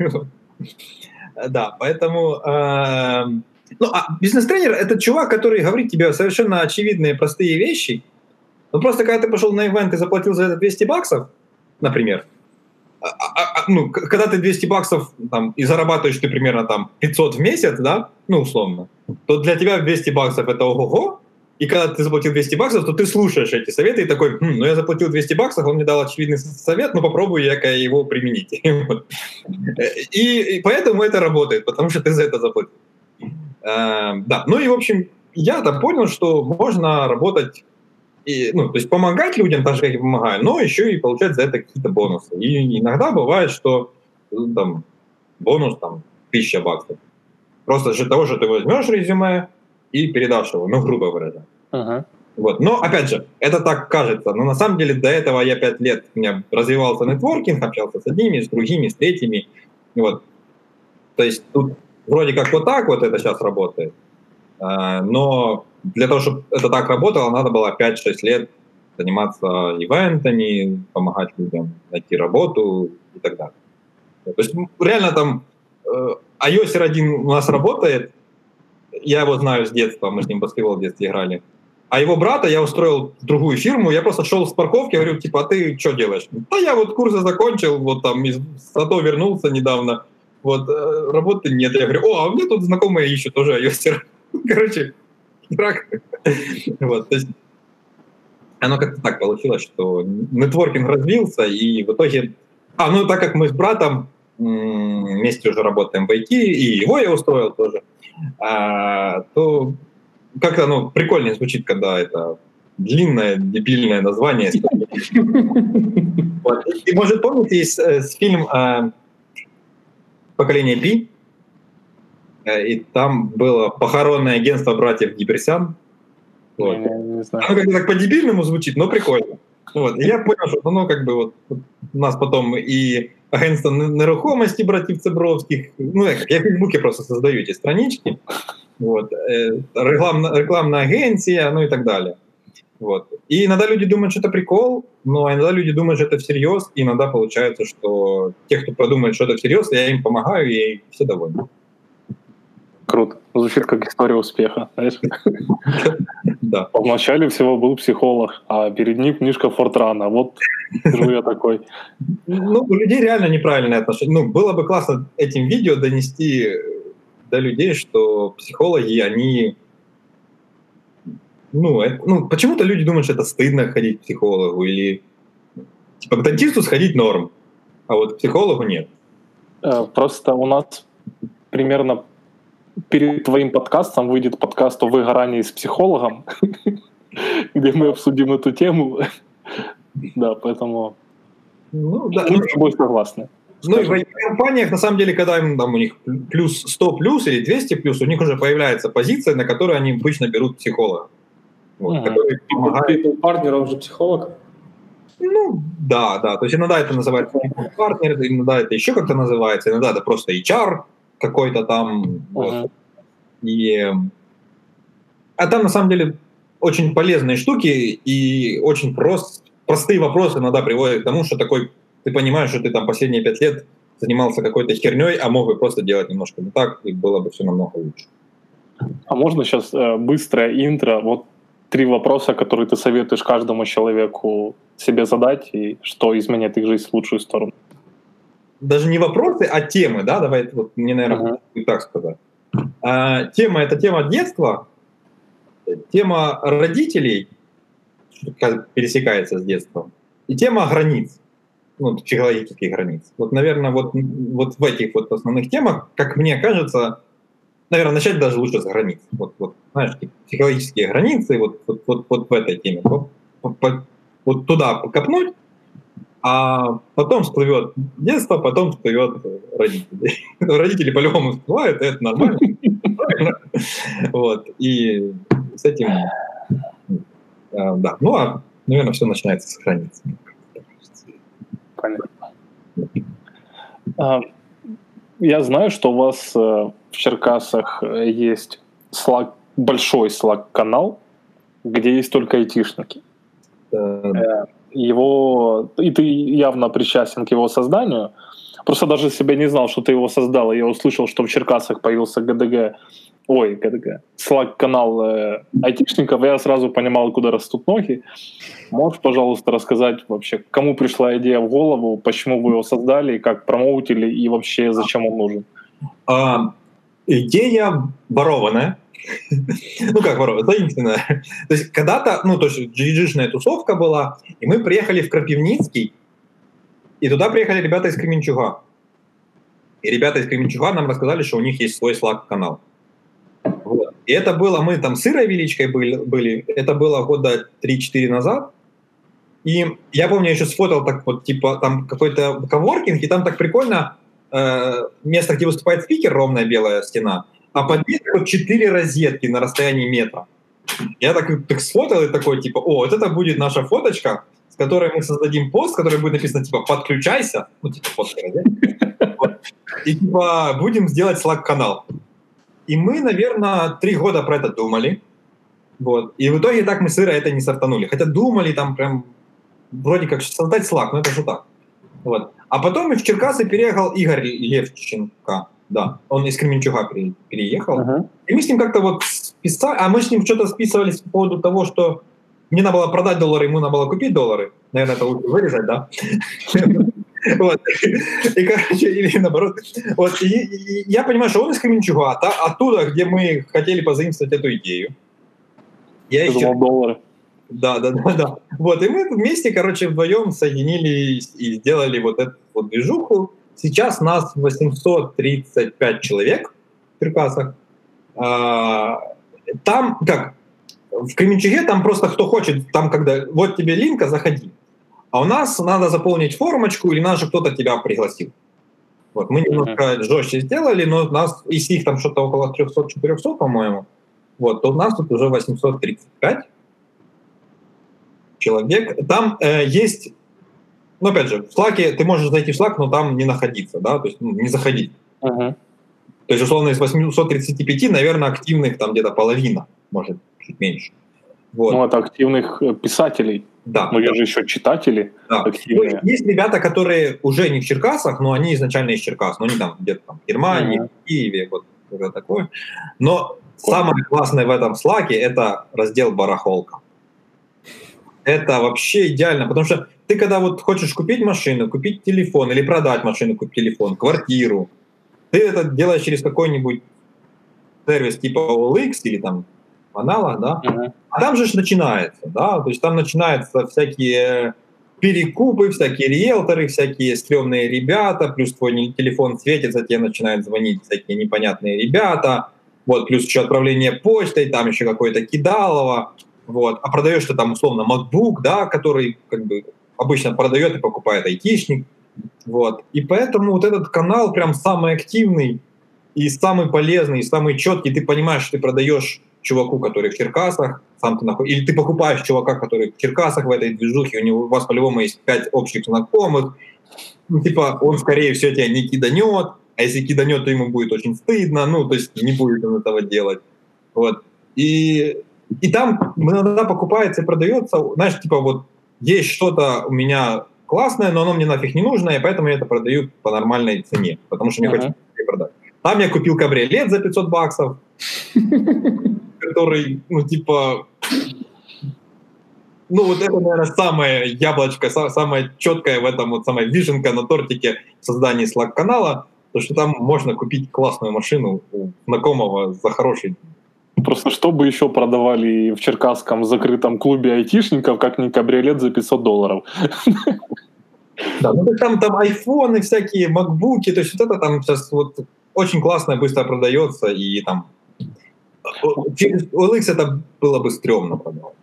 S2: Да, поэтому... Э, ну, а бизнес-тренер — это чувак, который говорит тебе совершенно очевидные, простые вещи. Ну, просто когда ты пошел на ивент и заплатил за это двести баксов, например, а, а, ну, когда ты двести баксов там, и зарабатываешь ты примерно там пятьсот в месяц, да, ну, условно, то для тебя двести баксов — это ого-го, и когда ты заплатил двести баксов, то ты слушаешь эти советы и такой, хм, ну, я заплатил двести баксов, он мне дал очевидный совет, ну, попробую я его применить. И, и поэтому это работает, потому что ты за это заплатил. Uh, да, ну и, в общем, я-то понял, что можно работать, и, ну, то есть помогать людям, так же, как и помогаю, но еще и получать за это какие-то бонусы. И иногда бывает, что там, бонус там, тысяча баксов. Просто за того, что ты возьмешь резюме и передашь его, ну, грубо говоря.
S1: Uh-huh.
S2: Вот. Но, опять же, это так кажется. Но на самом деле до этого я пять лет, у меня развивался нетворкинг, общался с одними, с другими, с третьими. Вот. То есть тут вроде как вот так вот это сейчас работает, но для того, чтобы это так работало, надо было пять-шесть лет заниматься ивентами, помогать людям найти работу и так далее. То есть реально там ай о эс один у нас работает, я его знаю с детства, мы с ним в баскетбол в детстве играли, а его брата я устроил в другую фирму, я просто шел с парковки, говорю, типа, а ты что делаешь? Да я вот курсы закончил, вот там из САТО вернулся недавно, вот, работы нет. Я говорю, о, а у меня тут знакомые ищут тоже ай о эс. Короче, рак. Вот, то есть оно как-то так получилось, что нетворкинг развился, и в итоге... А, ну, так как мы с братом вместе уже работаем в ай ти, и его я устроил тоже, а, то как-то оно прикольнее звучит, когда это длинное, дебильное название. Вот. И, может, помните, есть фильм «Поколение Пи», и там было похоронное агентство братьев Гиберсян. Вот.
S1: Не, не, не знаю.
S2: Оно как-то так по-дебильному звучит, но прикольно. Вот. И я понял, что ну, как бы вот, вот у нас потом и агентство нерухомости братьев Цибровских, ну, я, я в Фейсбуке просто создаю эти странички, вот, э, рекламная, рекламная агенция, ну и так далее. Вот. И иногда люди думают, что это прикол, но иногда люди думают, что это всерьез, и иногда получается, что те, кто подумает, что это всерьез, я им помогаю, и все довольны.
S1: Круто. Звучит как история успеха, знаешь?
S2: Да.
S1: В начале всего был психолог, а перед ним книжка Фортрана. Вот сижу я такой.
S2: Ну, у людей реально неправильное отношение. Ну, было бы классно этим видео донести до людей, что психологи, они... Ну, это, ну, почему-то люди думают, что это стыдно ходить к психологу, или типа к дантисту сходить норм, а вот к психологу нет.
S1: Просто у нас примерно перед твоим подкастом выйдет подкаст о выгорании с психологом, где мы обсудим эту тему. Да, поэтому
S2: ну, да,
S1: мы с тобой согласны.
S2: Ну и в ай ти-компаниях, на самом деле, когда им, там, у них плюс сто плюс или двести плюс, у них уже появляется позиция, на которой они обычно берут психолога. Вот,
S3: угу. Который помогает. Партнер, он же психолог?
S2: Ну, да, да. То есть иногда это называется партнер, иногда это еще как-то называется, иногда это просто эйч ар какой-то там. Uh-huh. Вот. И... А там, на самом деле, очень полезные штуки и очень прост... простые вопросы иногда приводят к тому, что такой, ты понимаешь, что ты там последние пять лет занимался какой-то херней, а мог бы просто делать немножко не так, и было бы все намного лучше.
S1: А можно сейчас э, быстрое интро? Вот три вопроса, которые ты советуешь каждому человеку себе задать, и что изменит их жизнь в лучшую сторону.
S2: Даже не вопросы, а темы, да? Давай, вот мне, наверное, uh-huh. так сказать. А, тема — это тема детства, тема родителей, пересекается с детством, и тема границ. ну, психологических границ. Вот, наверное, вот, вот в этих вот основных темах, как мне кажется, наверное, начать даже лучше с границ. Вот, вот знаешь, психологические границы, вот, вот, вот, вот в этой теме. Вот, вот, вот туда копнуть, а потом всплывет детство, потом всплывет родители. Родители по-любому всплывают, и это нормально. Вот, и с этим, да. Ну, а, наверное, все начинается с границ.
S1: Понятно. Я знаю, что у вас в Черкасах есть Slack, большой Slack-канал, где есть только айтишники. Да. Его, и ты явно причастен к его созданию. Просто даже себе не знал, что ты его создал. Я услышал, что в Черкасах появился ГДГ, ой, ГДГ, Slack-канал э, айтишников, и я сразу понимал, куда растут ноги. Можешь, пожалуйста, рассказать вообще, кому пришла идея в голову, почему вы его создали, как промоутили и вообще зачем он нужен?
S2: А, идея ворованная. Ну как ворованная, таинственная. То есть когда-то, ну то есть джи джи-шная тусовка была, и мы приехали в Кропивницкий, и туда приехали ребята из Кременчуга. И ребята из Кременчуга нам рассказали, что у них есть свой Slack-канал. Вот. И это было, мы там с Ирой Величкой были, были, это было года три-четыре назад. И я помню, я еще сфотал так вот, типа, там какой-то коворкинг, и там так прикольно, э, место, где выступает спикер, ровная белая стена, а под ней вот четыре розетки на расстоянии метра. Я так, так сфотал и такой, типа, о, вот это будет наша фоточка, с которой мы создадим пост, который будет написано, типа, подключайся, ну, типа, фотка, да? И, типа, будем сделать Slack-канал. И мы, наверное, три года про это думали. Вот. И в итоге так мы с Ирой это не стартанули. Хотя думали там прям вроде как создать Slack, но это же так. Вот. А потом в Черкасы переехал Игорь Левченко. Да, он из Кременчуга переехал. Uh-huh. И мы с ним как-то вот списали, а мы с ним что-то списывались по поводу того, что мне надо было продать доллары, ему надо было купить доллары. Наверное, это лучше вырезать, да? Вот. И, короче, или наоборот. Вот. И, и я понимаю, что он из Кременчуга, а оттуда, где мы хотели позаимствовать эту идею. Я
S1: еще... думал, доллары.
S2: Да, да, да, да. Вот. И мы вместе, короче, вдвоем соединились и сделали вот эту вот движуху. Сейчас нас восемьсот тридцать пять человек в Черкасах. Там, как, в Кременчуге там просто кто хочет, там когда, вот тебе линка, заходи. А у нас надо заполнить формочку, или надо, чтобы кто-то тебя пригласил. Вот. Мы немножко mm-hmm. жестче сделали, но у нас, если их там что-то около триста-четыреста, по-моему, вот, то у нас тут уже восемьсот тридцать пять человек. Там э, есть, ну, опять же, в Slack ты можешь зайти в Slack, но там не находиться, да, то есть ну, не заходить. Mm-hmm. То есть, условно, из восемьсот тридцать пять, наверное, активных там где-то половина, может, чуть меньше. Вот.
S1: Ну, это активных писателей.
S2: Да.
S1: Но есть же еще читатели
S2: да.
S1: активные.
S2: Есть ребята, которые уже не в Черкасах, но они изначально из Черкас. Но они там где-то там в Германии, mm-hmm. в Киеве, вот что-то такое. Но Ой. самое классное в этом Slack'е — это раздел барахолка. Это вообще идеально, потому что ты когда вот хочешь купить машину, купить телефон или продать машину, купить телефон, квартиру, ты это делаешь через какой-нибудь сервис типа о эл икс или там аналог, да? Uh-huh. А там же начинается, да, то есть там начинаются всякие перекупы, всякие риэлторы, всякие стрёмные ребята, плюс твой телефон светится, тебе начинают звонить всякие непонятные ребята, вот, плюс еще отправление почтой, там еще какое-то кидалово, вот, а продаешь ты там условно MacBook, да, который как бы обычно продает и покупает айтишник, вот, и поэтому вот этот канал прям самый активный и самый полезный, и самый четкий, ты понимаешь, что ты продаешь чуваку, который в Черкасах, сам ты нахуй, или ты покупаешь чувака, который в Черкасах в этой движухе, у него у вас по-любому есть пять общих знакомых, ну, типа, он, скорее всего, тебя не киданет, а если киданет, то ему будет очень стыдно, ну, то есть не будет он этого делать, вот, и, и там иногда покупается и продается, знаешь, типа, вот, есть что-то у меня классное, но оно мне нафиг не нужно, и поэтому я это продаю по нормальной цене, потому что мне uh-huh. хочется продать. Там я купил кабриолет за пятьсот баксов, который, ну, типа, ну, вот это, наверное, самое яблочко, самое четкое в этом, вот самая вишенка на тортике в создании Slack-канала, то, что там можно купить классную машину у знакомого за хороший.
S1: Просто что бы еще продавали в черкасском закрытом клубе айтишников, как не кабриолет за пятьсот долларов?
S2: Да, ну там, там айфоны всякие, макбуки, то есть вот это там сейчас вот очень классно, быстро продается, и там через о эл икс это было бы стрёмно продавать.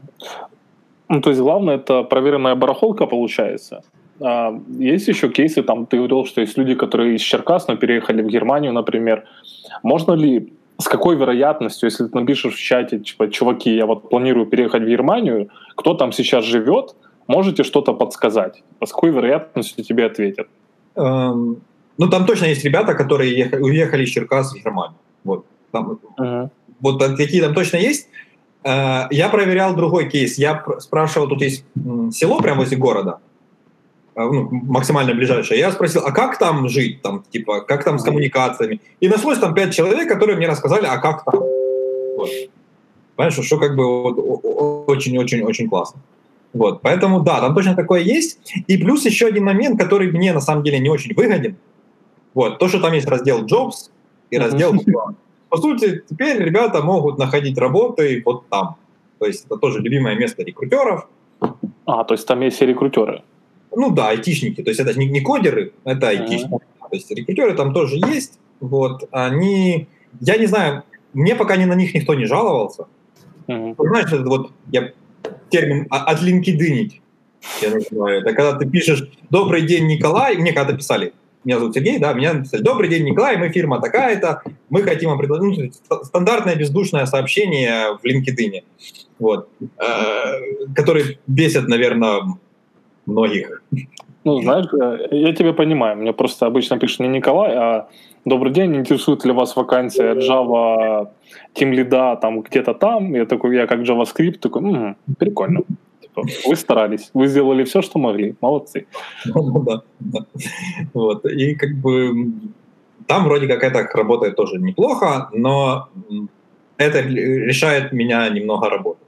S1: Ну, то есть главное, это проверенная барахолка получается. А есть еще кейсы, там ты говорил, что есть люди, которые из Черкас, но переехали в Германию, например. Можно ли, с какой вероятностью, если ты напишешь в чате, типа, чуваки, я вот планирую переехать в Германию, кто там сейчас живет, можете что-то подсказать? С какой вероятностью тебе ответят?
S2: Эм, ну, там точно есть ребята, которые ехали, уехали из Черкас в Германию. Вот, там, uh-huh. вот такие там точно есть. Э, я проверял другой кейс. Я спрашивал, тут есть село прямо возле города, ну, максимально ближайшее. Я спросил, а как там жить, там, типа, как там с коммуникациями? И нашлось там пять человек, которые мне рассказали, а как там. Вот. Понимаешь, что как бы вот, очень-очень-очень классно. Вот, поэтому, да, там точно такое есть. И плюс еще один момент, который мне на самом деле не очень выгоден. Вот, то, что там есть раздел Jobs и раздел Plan. По сути, теперь ребята могут находить работы вот там. То есть это тоже любимое место рекрутеров.
S1: А, то есть там есть и рекрутеры.
S2: Ну да, айтишники. То есть это не, не кодеры, это айтишники. Uh-huh. То есть рекрутеры там тоже есть. Вот, они... Я не знаю, мне пока ни на них никто не жаловался. Uh-huh. Знаешь, это вот... Я... термин «от LinkedIn», я называю. Это когда ты пишешь «Добрый день, Николай». Мне когда-то писали, меня зовут Сергей, да, меня написали «Добрый день, Николай, мы фирма такая-то, мы хотим вам предложить». Ну, стандартное бездушное сообщение в LinkedIn, вот, э, которые бесят, наверное, многих.
S1: Ну, знаешь, я тебя понимаю. Мне просто обычно пишут не Николай, а «Добрый день, интересует ли вас вакансия Java тимлида там где-то там?» Я такой, я как JavaScript, такой, м-м, прикольно. Типа, вы старались, вы сделали все, что могли, молодцы.
S2: Ну да, да. Вот. И как бы там вроде как это работает тоже неплохо, но это решает меня немного работы.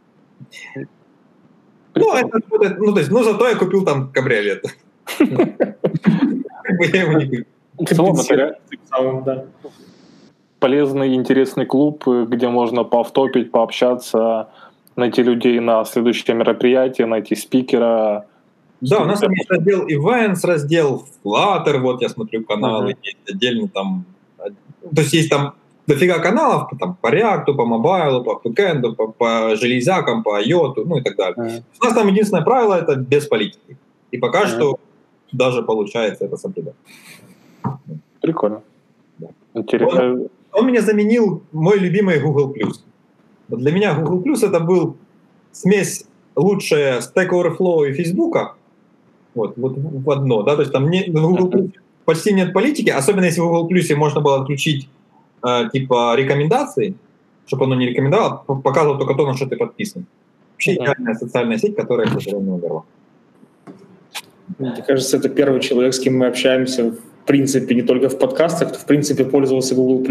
S2: Ну, это работает, ну, то есть, ну, зато я купил там кабриолет. Я его не купил.
S1: В целом, это полезный, интересный клуб, где можно поавтопить, пообщаться, найти людей на следующее мероприятие, найти спикера.
S2: Да, у нас там есть раздел Events, раздел Flutter, вот я смотрю каналы, uh-huh. есть отдельно там, то есть есть там дофига каналов там, по React, по Mobile, по Backend, по, по железякам, по IOT, ну и так далее. Uh-huh. У нас там единственное правило — это без политики. И пока uh-huh. что даже получается это соблюдать.
S1: Прикольно. Да. Интересно.
S2: Он, он меня заменил мой любимый Google+. Для меня Google+ это был смесь лучшая Stack Overflow и Фейсбука. Вот, вот в одно, да, то есть там не, в Google+ почти нет политики, особенно если в Google+ можно было отключить э, типа рекомендации, чтобы оно не рекомендовало, показывало только то, на что ты подписан. Вообще идеальная социальная сеть, которая, к сожалению, умерла.
S3: Мне кажется, это первый человек, с кем мы общаемся, в принципе, не только в подкастах, кто, в принципе, пользовался Google+.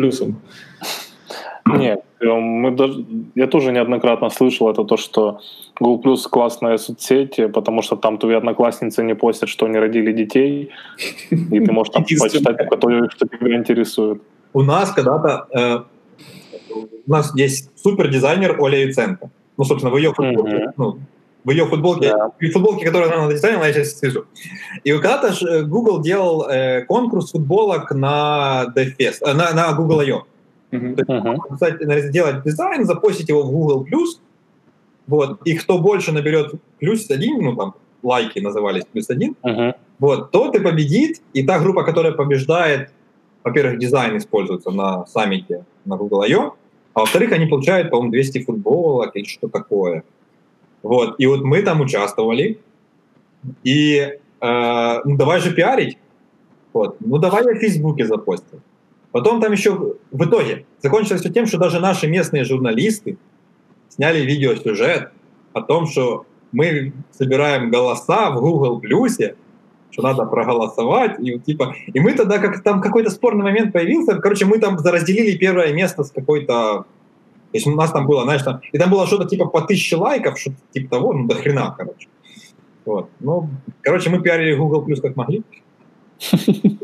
S1: Нет, мы даже, я тоже неоднократно слышал это, то, что Google Plus классная соцсеть, потому что там твои одноклассницы не постят, что они родили детей, и ты можешь там почитать, что тебя интересует.
S2: У нас когда-то, э, у нас есть супердизайнер Оля Яценко. Ну, собственно, в ее футболке, mm-hmm. ну, в ее футболке, yeah. в футболке, которую она надизайнила, я сейчас свяжу. И когда-то Google делал э, конкурс футболок на DevFest, э, на, на Google ай о. Uh-huh. То есть, uh-huh. кстати, сделать дизайн, запостить его в Google+, вот, и кто больше наберет плюс один, ну там лайки назывались плюс один, uh-huh. вот, тот и победит, и та группа, которая побеждает, во-первых, дизайн используется на саммите на Google ай о, а во-вторых, они получают, по-моему, двести футболок или что такое. Вот, и вот мы там участвовали, и э, ну давай же пиарить, вот, ну давай я в Фейсбуке запостил. Потом там еще в итоге закончилось все тем, что даже наши местные журналисты сняли видеосюжет о том, что мы собираем голоса в Google+, что надо проголосовать, и типа, и мы тогда, как там какой-то спорный момент появился, короче, мы там разделили первое место с какой-то, то есть у нас там было, знаешь, там, и там было что-то типа по тысяче лайков, что-то типа того, ну до хрена, короче. Вот, ну, короче, мы пиарили Google+, как могли.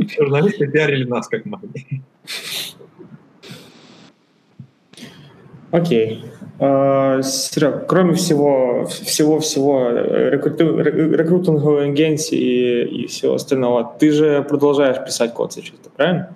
S2: Журналисты пиарили нас как могли.
S3: Окей. Uh, Серег, кроме всего, всего-всего рекрутинг, рекрутинговой агенции и, и всего остального, ты же продолжаешь писать код сейчас, правильно?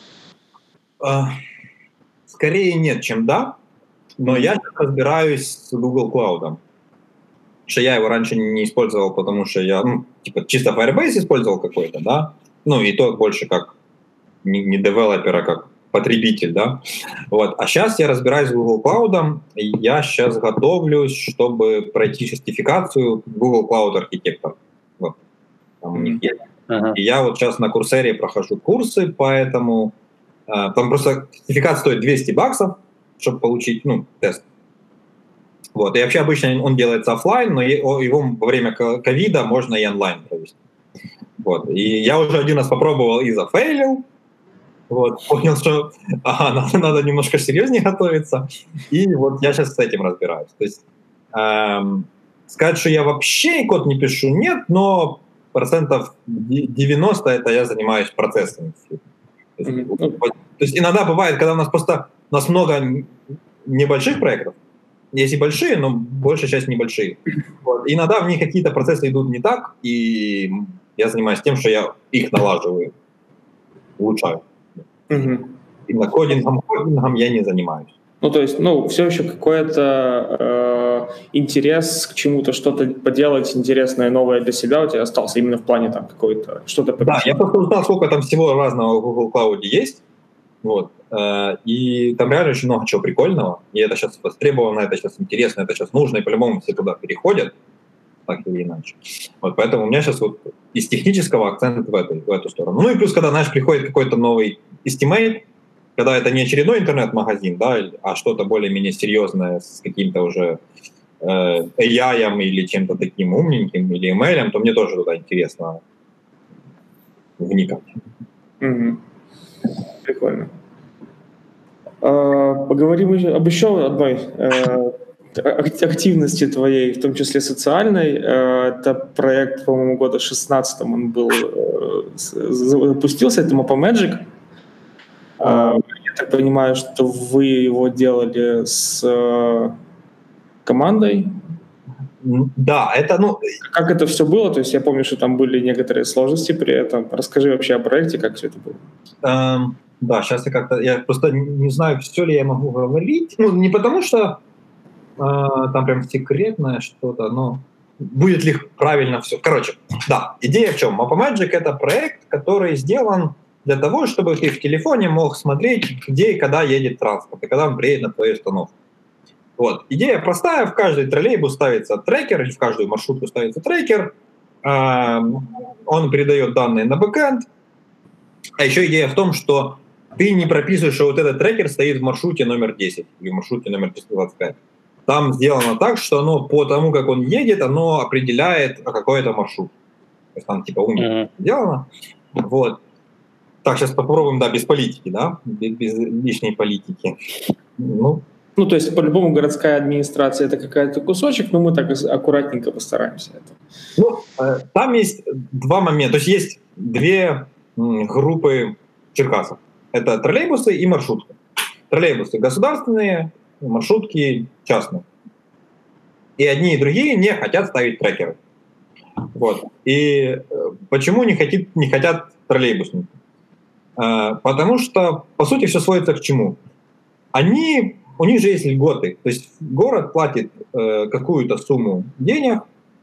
S2: Uh, скорее нет, чем да, но я разбираюсь с Google Cloud. Потому что я его раньше не использовал, потому что я ну, типа, чисто Firebase использовал какой-то, да, ну и то больше как не, не девелопер, а как потребитель, да. Вот. А сейчас я разбираюсь с Google Cloud, и я сейчас готовлюсь, чтобы пройти сертификацию Google Cloud архитектор. Вот. Там у них есть. Uh-huh. И я вот сейчас на Курсере прохожу курсы, поэтому э, там просто сертификат стоит двести баксов, чтобы получить, ну, тест. Вот. И вообще обычно он делается офлайн, но его во время ковида можно и онлайн провести. Вот. И я уже один раз попробовал и зафейлил. Вот, понял, что ага, надо, надо немножко серьезнее готовиться. И вот я сейчас с этим разбираюсь. То есть эм, сказать, что я вообще код не пишу, нет, но процентов девяносто это я занимаюсь процессами. То есть, mm-hmm. то есть иногда бывает, когда у нас просто у нас много небольших проектов, есть и большие, но большая часть небольшие. Вот. Иногда в них какие-то процессы идут не так, и я занимаюсь тем, что я их налаживаю, улучшаю.
S3: Угу.
S2: Именно кодингом, кодингом я не занимаюсь.
S3: Ну, то есть, ну, все еще какой-то э, интерес к чему-то, что-то поделать интересное, новое для себя у тебя остался именно в плане там какой-то, что-то
S2: попишить. Да, я просто узнал, сколько там всего разного в Google Cloud есть, вот, э, и там реально очень много чего прикольного, и это сейчас востребовано, это сейчас интересно, это сейчас нужно, и по-любому все туда переходят, так или иначе. Вот, поэтому у меня сейчас вот из технического акцент в эту, в эту сторону. Ну и плюс, когда, знаешь, приходит какой-то новый Estimate, когда это не очередной интернет-магазин, да, а что-то более-менее серьезное с каким-то уже э, эй ай или чем-то таким умненьким, или эм эл, то мне тоже туда интересно вникать.
S3: Mm-hmm. Прикольно. Uh, поговорим еще об еще одной uh, активности твоей, в том числе социальной. Uh, это проект, по-моему, года шестнадцатом он был, uh, запустился, это Mapamagic. Uh, я так понимаю, что вы его делали с uh, командой.
S2: Да, это, ну...
S3: Как это все было? То есть я помню, что там были некоторые сложности при этом. Расскажи вообще о проекте, как все это было.
S2: Um, да, сейчас я как-то... Я просто не знаю, все ли я могу говорить. Ну, не потому что uh, там прям секретное что-то, но будет ли правильно все. Короче, да, идея в чем? Mapamagic — это проект, который сделан для того, чтобы ты в телефоне мог смотреть, где и когда едет транспорт, и когда он приедет на твою остановку. Вот. Идея простая, в каждый троллейбус ставится трекер, или в каждую маршрутку ставится трекер, э, он передает данные на бэкэнд, а еще идея в том, что ты не прописываешь, что вот этот трекер стоит в маршруте номер десять или в маршруте номер триста двадцать пять. Там сделано так, что оно по тому, как он едет, оно определяет какой это маршрут. То есть там типа умно mm-hmm. сделано. Вот. Так, сейчас попробуем, да, без политики, да, без, без лишней политики. Ну,
S3: Ну, то есть, по-любому, городская администрация — это какой-то кусочек, но мы так аккуратненько постараемся. Это.
S2: Ну, там есть два момента. То есть, есть две группы черкасов. Это троллейбусы и маршрутки. Троллейбусы государственные, маршрутки частные. И одни и другие не хотят ставить трекеры. Вот. И почему не хотят, не хотят троллейбусники? Потому что, по сути, все сводится к чему? Они... У них же есть льготы, то есть город платит э, какую-то сумму денег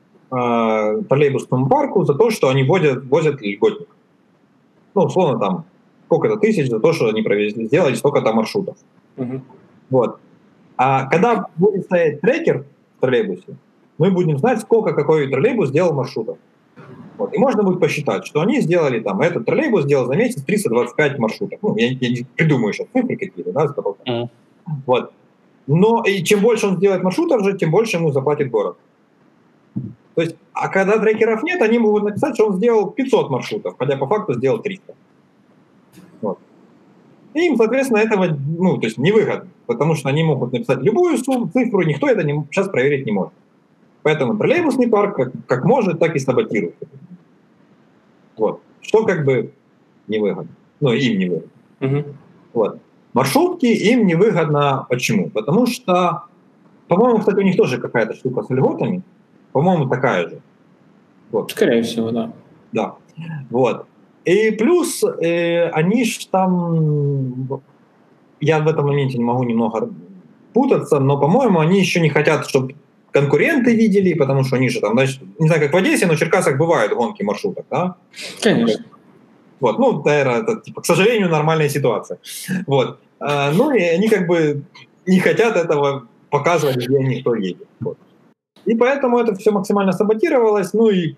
S2: э, троллейбусному парку за то, что они возят, возят льготников. Ну, условно, там, сколько-то тысяч за то, что они провезли, сделали столько-то маршрутов. Uh-huh. Вот. А когда будет стоять трекер в троллейбусе, мы будем знать, сколько какой троллейбус сделал маршрутов. Вот. И можно будет посчитать, что они сделали, там, этот троллейбус сделал за месяц триста двадцать пять маршрутов. Ну, я, я не придумаю сейчас цифры какие-то, да, с uh-huh. Вот. Но и чем больше он сделает маршрутов же, тем больше ему заплатит город. То есть, а когда трекеров нет, они могут написать, что он сделал пятьсот маршрутов, хотя по факту сделал триста. Вот. И им, соответственно, этого, ну, то есть невыгодно, потому что они могут написать любую сумму, цифру, никто это не, сейчас проверить не может. Поэтому троллейбусный парк как, как может, так и саботирует. Вот. Что как бы невыгодно. Ну, им невыгодно. Uh-huh. Вот. Маршрутки им невыгодно. Почему? Потому что, по-моему, кстати, у них тоже какая-то штука с льготами. По-моему, такая же.
S3: Вот. Скорее всего, да.
S2: Да. Вот. И плюс э, они ж там... Я в этом моменте не могу немного путаться, но, по-моему, они еще не хотят, чтобы конкуренты видели, потому что они же там, значит, не знаю, как в Одессе, но в Черкасах бывают гонки маршруток, да?
S3: Конечно.
S2: Вот, ну, наверное, это, типа, к сожалению, нормальная ситуация. Вот. А, ну, и они как бы не хотят этого показывать, где никто едет. Вот. И поэтому это все максимально саботировалось, ну и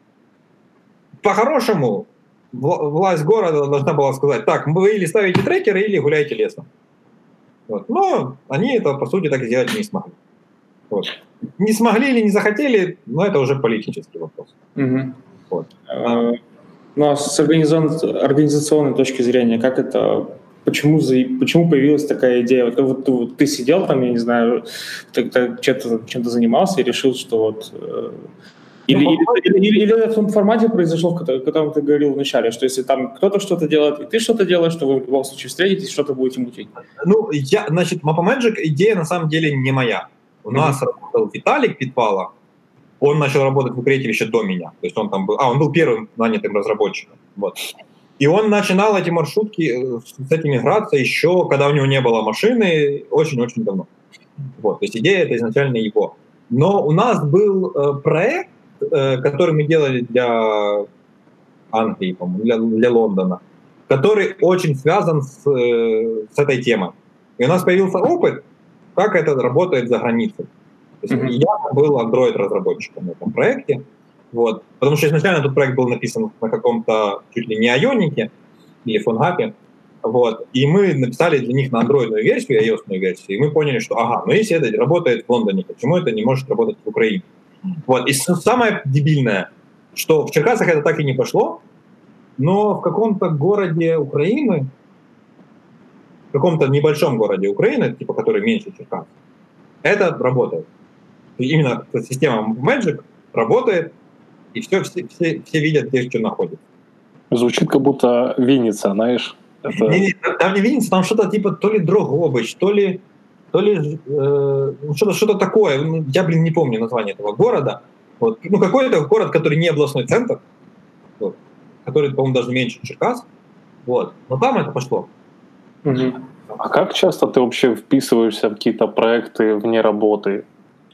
S2: по-хорошему власть города должна была сказать, так, вы или ставите трекеры, или гуляете лесом. Вот. Но они это, по сути, так и сделать не смогли. Вот. Не смогли или не захотели, но это уже политический вопрос.
S3: Угу. Вот. А, ну а с организационной точки зрения, как это, почему, почему появилась такая идея? Вот, вот, вот ты сидел там, я не знаю, ты, ты чем-то, чем-то занимался и решил, что вот... Или, ну, или, или, или в том формате произошло, о котором ты говорил вначале, что если там кто-то что-то делает, и ты что-то делаешь, то вы в любом случае встретитесь, что-то будете мутить.
S2: Ну, я, значит, Mapa Magic идея на самом деле не моя. У mm-hmm. нас работал Виталик Питвала, он начал работать в Укрете еще до меня. То есть он там был, а, он был первым нанятым разработчиком. Вот. И он начинал эти маршрутки с этими играться еще, когда у него не было машины, очень-очень давно. Вот. То есть идея это изначально его. Но у нас был э, проект, который мы делали для Англии, по-моему, для, для Лондона, который очень связан с, с этой темой. И у нас появился опыт, как это работает за границей. То есть mm-hmm. я был Android-разработчиком на этом проекте, вот, потому что изначально этот проект был написан на каком-то чуть ли не айонике или фонгапе, вот, и мы написали для них на андроидную версию, iOS-ную версию, и мы поняли, что ага, ну если это работает в Лондоне, почему это не может работать в Украине? Вот. И самое дебильное, что в Черкасах это так и не пошло, но в каком-то городе Украины, в каком-то небольшом городе Украины, типа который меньше Черкас, это работает. И именно система Magic работает, и все, все, все, все видят, где что находится.
S1: Звучит как будто Винница, знаешь?
S2: Это... Не, не, там не Винница, там что-то типа то ли Дрогобыч, то ли то ли э, что-то, что-то такое, я, блин, не помню название этого города, вот. Ну, какой-то город, который не областной центр, вот, который, по-моему, даже меньше Черкас, вот, но там это пошло.
S1: Угу. А как часто ты вообще вписываешься в какие-то проекты вне работы?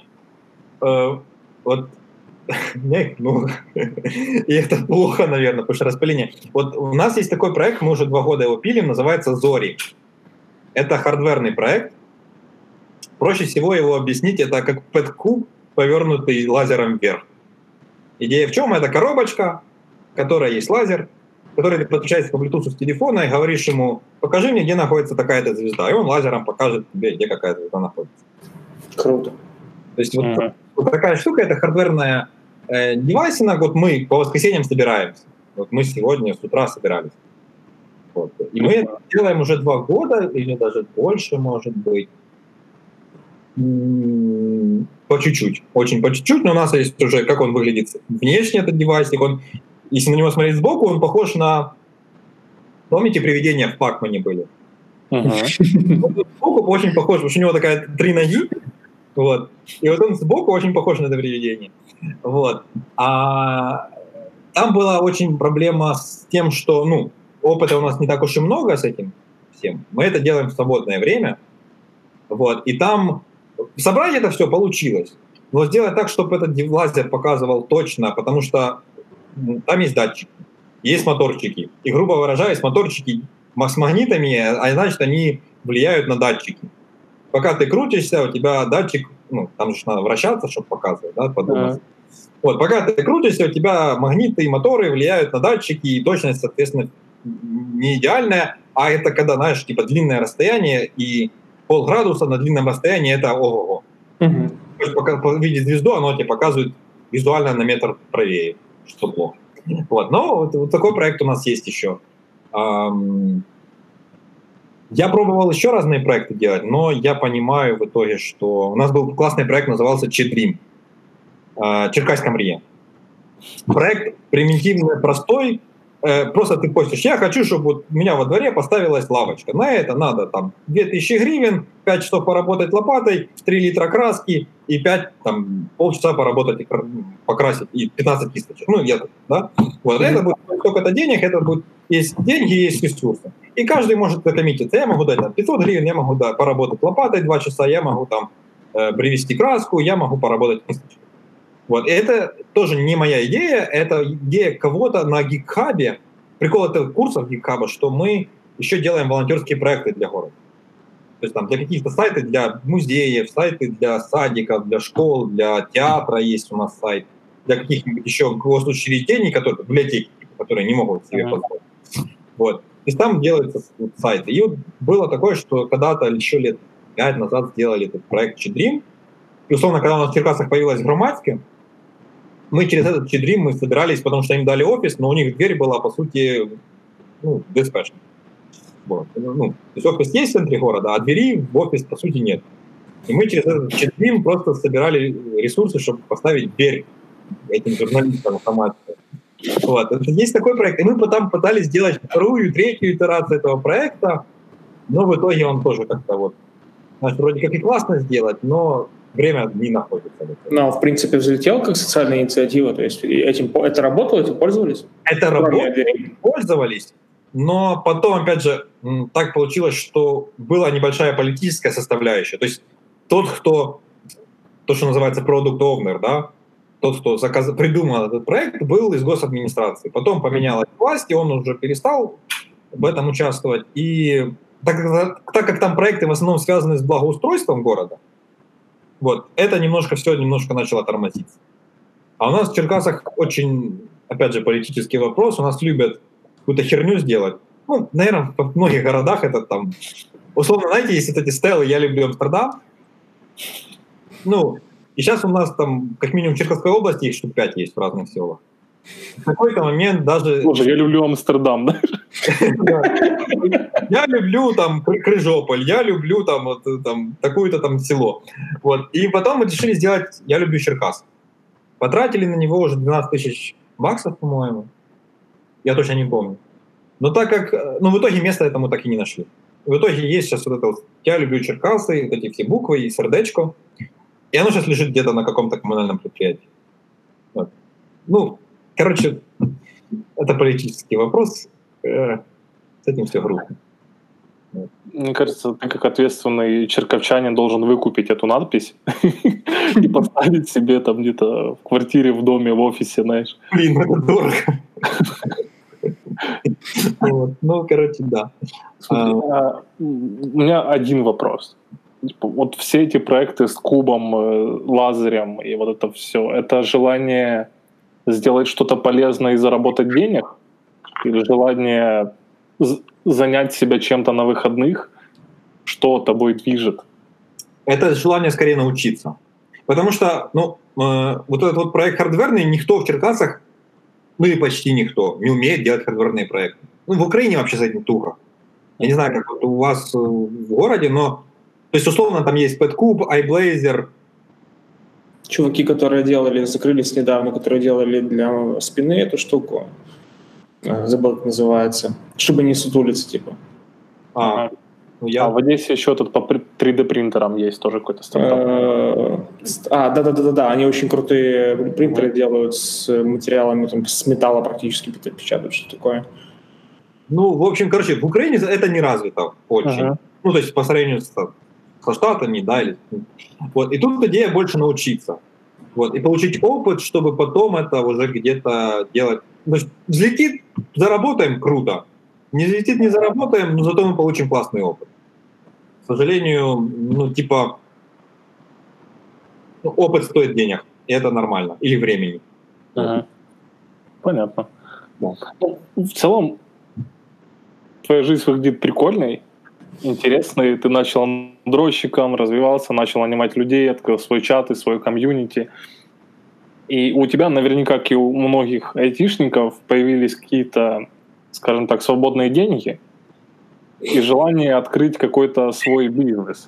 S2: Э, вот, ну, и это плохо, наверное, потому что распыление. Вот у нас есть такой проект, мы уже два года его пилим, называется Зори. Это хардверный проект. Проще всего его объяснить, это как пэт-куб, повернутый лазером вверх. Идея в чем? Это коробочка, в которой есть лазер, который подключается по Bluetooth с телефона, и говоришь ему, покажи мне, где находится такая-то звезда. И он лазером покажет тебе, где какая звезда находится.
S3: Круто.
S2: То есть mm-hmm. вот, вот такая штука, это хардверная э, девайсина. Вот мы по воскресеньям собираемся. Вот мы сегодня с утра собирались. Вот. И mm-hmm. мы это делаем уже два года, или даже больше, может быть. По чуть-чуть, очень по чуть-чуть, но у нас есть уже, как он выглядит внешне, этот девайсик, он, если на него смотреть сбоку, он похож на, помните, привидения в Пакмане были? Uh-huh. Сбоку очень похож, потому что у него такая три ноги, вот, и вот он сбоку очень похож на это привидение, вот, а там была очень проблема с тем, что, ну, опыта у нас не так уж и много с этим всем, мы это делаем в свободное время, вот, и там собрать это все получилось, но сделать так, чтобы этот лазер показывал точно, потому что там есть датчики, есть моторчики. И, грубо выражаясь, моторчики с магнитами, а значит, они влияют на датчики. Пока ты крутишься, у тебя датчик, ну, там же надо вращаться, чтобы показывать, да, подумать. Yeah. Вот, пока ты крутишься, у тебя магниты и моторы влияют на датчики, и точность, соответственно, не идеальная, а это когда, знаешь, типа длинное расстояние, и полградуса на длинном расстоянии — это ого-го. Uh-huh. Пока видеть звезду, оно тебе показывает визуально на метр правее, что плохо. Вот. Но вот, вот такой проект у нас есть еще. Um, я пробовал еще разные проекты делать, но я понимаю в итоге, что... У нас был классный проект, назывался Че-Дрим, uh, Черкасская мрия. Проект примитивный, простой, э, просто ты постишь, я хочу, чтобы вот у меня во дворе поставилась лавочка. На это надо там две тысячи гривен, пять часов поработать лопатой, три литра краски и пять, там, полчаса поработать, и покрасить, и пятнадцать кисточек. Ну, я, да? Вот, это будет столько-то денег, это будет, есть деньги, есть ресурсы. И каждый может закоммититься. Я могу дать там, пятьсот гривен, я могу да, поработать лопатой два часа, я могу там э, привезти краску, я могу поработать кисточкой. Вот. И это тоже не моя идея, это идея кого-то на GitHub. Прикол этого курса GitHub, что мы еще делаем волонтерские проекты для города. То есть там для каких-то сайтов, для музеев, сайты для садиков, для школ, для театра есть у нас сайт, для каких-нибудь еще госучреждений, которые, библиотеки, которые не могут себе позволить. Вот. То есть там делаются сайты. И вот было такое, что когда-то еще лет пять назад сделали этот проект Чедрим. И условно, когда у нас в Черкасах появилась Громадская, мы через этот Чедрим мы собирались, потому что им дали офис, но у них дверь была, по сути, ну, диспэчная. Вот. Ну, то есть офис есть в центре города, а двери в офис, по сути, нет. И мы через этот Чедрим просто собирали ресурсы, чтобы поставить дверь этим журналистам автоматически. Вот. Есть такой проект. И мы потом пытались сделать вторую, третью итерацию этого проекта, но в итоге он тоже как-то вот, значит, вроде как и классно сделать, но время не находится.
S3: Но, в принципе, взлетел как социальная инициатива, то есть этим, это работало, этим пользовались?
S2: Это работало, пользовались, но потом, опять же, так получилось, что была небольшая политическая составляющая. То есть тот, кто, то, что называется product owner, да, тот, кто заказ... придумал этот проект, был из госадминистрации. Потом поменялась власть, и он уже перестал в этом участвовать. И так, так как там проекты в основном связаны с благоустройством города, вот, это немножко все немножко начало тормозиться. А у нас в Черкасах очень, опять же, политический вопрос. У нас любят какую-то херню сделать. Ну, наверное, в многих городах это там... Условно, знаете, есть вот эти стелы «Я люблю Амстердам». Ну, и сейчас у нас там, как минимум, в Черкасской области их штук пять есть в разных селах. В какой-то момент даже...
S1: Боже, я люблю Амстердам, да?
S2: Я люблю там Крыжополь, я люблю там, вот, там такое-то там село. Вот. И потом мы решили сделать «Я люблю Черкас». Потратили на него уже двенадцать тысяч баксов, по-моему. Я точно не помню. Но так как... Ну, в итоге места этому так и не нашли. В итоге есть сейчас вот это вот «Я люблю Черкасы», вот эти все буквы и сердечко. И оно сейчас лежит где-то на каком-то коммунальном предприятии. Вот. Ну, короче, это политический вопрос. С этим все грустно.
S1: Мне кажется, ты как ответственный черковчанин должен выкупить эту надпись и поставить себе там где-то в квартире, в доме, в офисе, знаешь.
S2: Блин, это дорого. Ну, короче, да.
S1: У меня один вопрос. Вот все эти проекты с кубом, лазерем и вот это все, это желание сделать что-то полезное и заработать денег? Или желание занять себя чем-то на выходных? Что тобой движет?
S2: Это желание скорее научиться. Потому что, ну, э, вот этот вот проект хардверный, никто в Черкасах, ну и почти никто, не умеет делать хардверные проекты. Ну, в Украине вообще с этим туго. Я не знаю, как вот у вас в городе, но, то есть, условно, там есть PetCube, iBlazer.
S3: Чуваки, которые делали, закрылись недавно, которые делали для спины эту штуку. Забыл, как называется. Чтобы не сутулиться, типа.
S2: А,
S1: ага.
S2: ну, я...
S1: а в Одессе еще тут по три дэ принтерам есть тоже какой-то стартап.
S3: А, да-да-да-да, они очень крутые принтеры mm-hmm. делают с материалами, там, с металла практически печатают, что такое.
S2: Ну, в общем, короче, в Украине это не развито очень. Uh-huh. Ну, то есть по сравнению с, со Штатами, да, или... Вот. И тут идея больше научиться. Вот. И получить опыт, чтобы потом это уже где-то делать. То есть взлетит, заработаем, круто. Не взлетит, не заработаем, но зато мы получим классный опыт. К сожалению, ну, типа, ну, опыт стоит денег, и это нормально. Или времени.
S1: Uh-huh. Понятно. Ну, в целом, твоя жизнь выглядит прикольной, интересной. Ты начал андроидщиком, развивался, начал нанимать людей, открыл свой чат и свой комьюнити. И у тебя, наверняка, как и у многих айтишников, появились какие-то, скажем так, свободные деньги и желание открыть какой-то свой бизнес.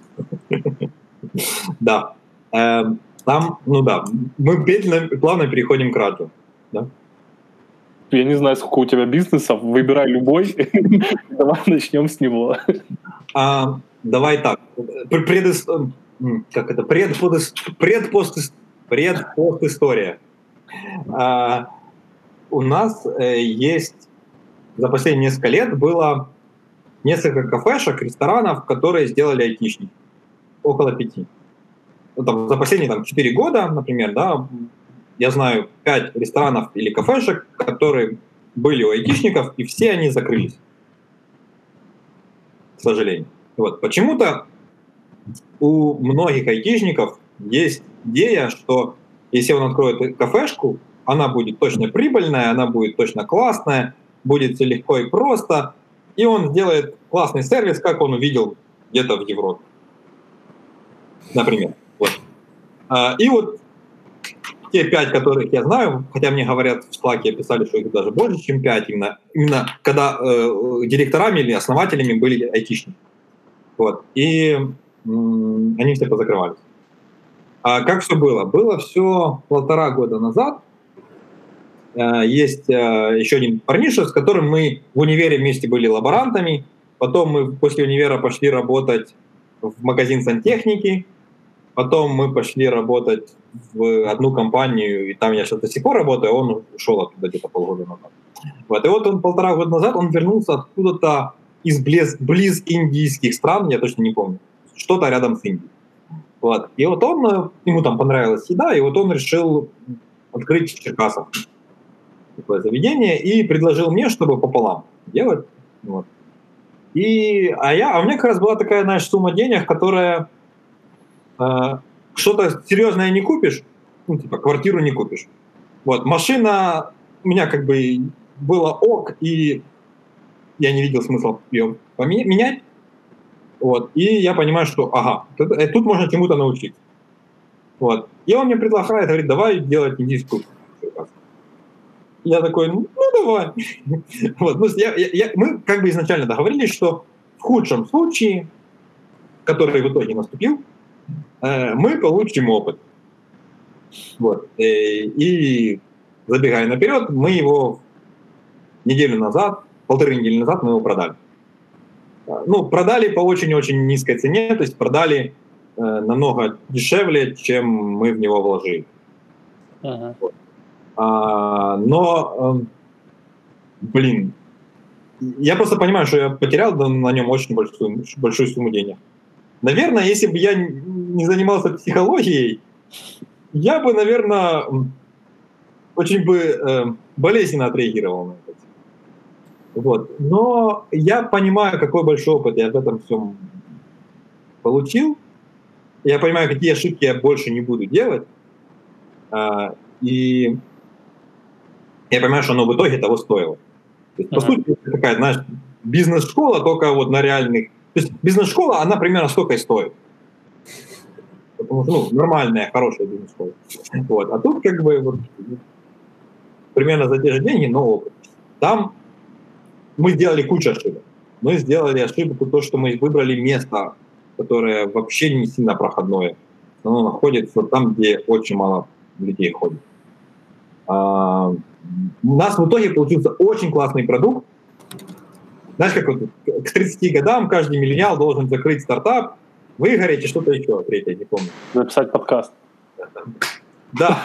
S2: Да. Там, ну да, мы медленно, плавно переходим к раджу. Да?
S1: я не знаю, сколько у тебя бизнесов, выбирай любой, давай начнем с него.
S2: А, давай так, Предыс... как это? Предпост... Предпост... Предпост-история. А, у нас э, есть за последние несколько лет было несколько кафешек, ресторанов, которые сделали айтишники. Около пяти. Ну, там, за последние там, четыре года, например, да, я знаю пять ресторанов или кафешек, которые были у айтишников, и все они закрылись. К сожалению. Вот. Почему-то у многих айтишников есть идея, что если он откроет кафешку, она будет точно прибыльная, она будет точно классная, будет все легко и просто, и он сделает классный сервис, как он увидел где-то в Европе. Например. Вот. И вот те пять, которых я знаю, хотя мне говорят в Slack, писали, что их даже больше, чем пять, именно, именно когда э, директорами или основателями были айтишники. Вот. И м- они все позакрывались. А как все было? Было все полтора года назад. Э, есть э, еще один парниша, с которым мы в универе вместе были лаборантами. Потом мы после универа пошли работать в магазин сантехники. Потом мы пошли работать в одну компанию, и там я сейчас до сих пор работаю, а он ушел оттуда где-то полгода назад. Вот. И вот он полтора года назад, он вернулся откуда-то из близ, близ индийских стран, я точно не помню, что-то рядом с Индией. Вот. И вот он, ему там понравилась еда, и вот он решил открыть в Черкасах такое заведение и предложил мне, чтобы пополам делать. Вот. И, а, я, а у меня как раз была такая, знаешь, сумма денег, которая... что-то серьезное не купишь, ну, типа, квартиру не купишь. Вот, машина у меня как бы была ок, и я не видел смысла ее поменять. Вот, и я понимаю, что, ага, тут, тут можно чему-то научиться. Вот. И он мне предлагает, говорит, давай делать индийскую. Я такой, ну, давай. Вот, ну, я, я, мы как бы изначально договорились, что в худшем случае, который в итоге наступил, мы получим опыт. Вот. И, забегая наперед, мы его неделю назад, полторы недели назад мы его продали. Ну, продали по очень-очень низкой цене, то есть продали э, намного дешевле, чем мы в него вложили. Uh-huh. Вот. А, но, э, блин, я просто понимаю, что я потерял на нем очень большую, большую сумму денег. Наверное, если бы я не занимался психологией, я бы, наверное, очень бы э, болезненно отреагировал на это. Вот. Но я понимаю, какой большой опыт я в этом всем получил. Я понимаю, какие ошибки я больше не буду делать. А, и я понимаю, что оно в итоге того стоило. То есть, по uh-huh. сути, это такая, знаешь, бизнес-школа, только вот на реальных... То есть бизнес-школа, она примерно столько и стоит. Потому что, ну, нормальная, хорошая бизнес-школа. Вот. А тут как бы вот, примерно за те же деньги, но опыт. Там мы сделали кучу ошибок. Мы сделали ошибку то, что мы выбрали место, которое вообще не сильно проходное. Оно находится там, где очень мало людей ходит. А, у нас в итоге получился очень классный продукт. Знаешь, как вот к тридцати годам каждый миллениал должен закрыть стартап, выгореть и что-то еще, третье, не помню.
S1: Записать подкаст.
S2: Да.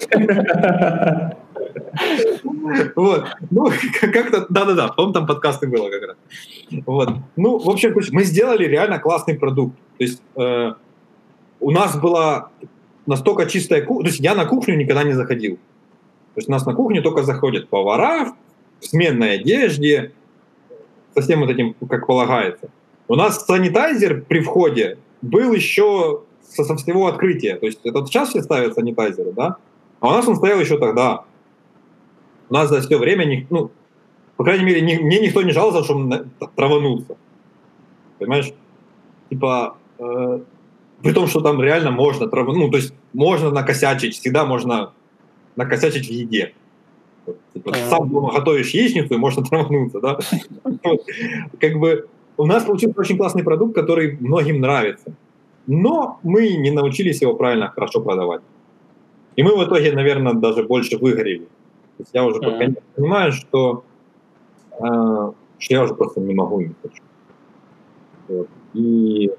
S2: Вот. Ну, как-то, да-да-да, по-моему, там подкасты было как раз. Вот. Ну, в общем, мы сделали реально классный продукт. То есть э, у нас была настолько чистая кухня, то есть я на кухню никогда не заходил. То есть у нас на кухню только заходят повара в сменной одежде, со всем вот этим, как полагается. У нас санитайзер при входе был еще со, со всего открытия. То есть это сейчас все ставят санитайзеры, да? А у нас он стоял еще тогда. У нас за все время, ну, по крайней мере, ни, мне никто не жаловался, что он траванулся. Понимаешь? Типа, э, при том, что там реально можно травануть, ну, то есть можно накосячить, всегда можно накосячить в еде. Типа, ты сам дома готовишь яичницу, и можно травануться, да? Как бы у нас получился очень классный продукт, который многим нравится. Но мы не научились его правильно, хорошо продавать. И мы в итоге, наверное, даже больше выгорели, То есть я уже mm-hmm. пока понимаю, что, э, что я уже просто не могу, не хочу. Вот. И...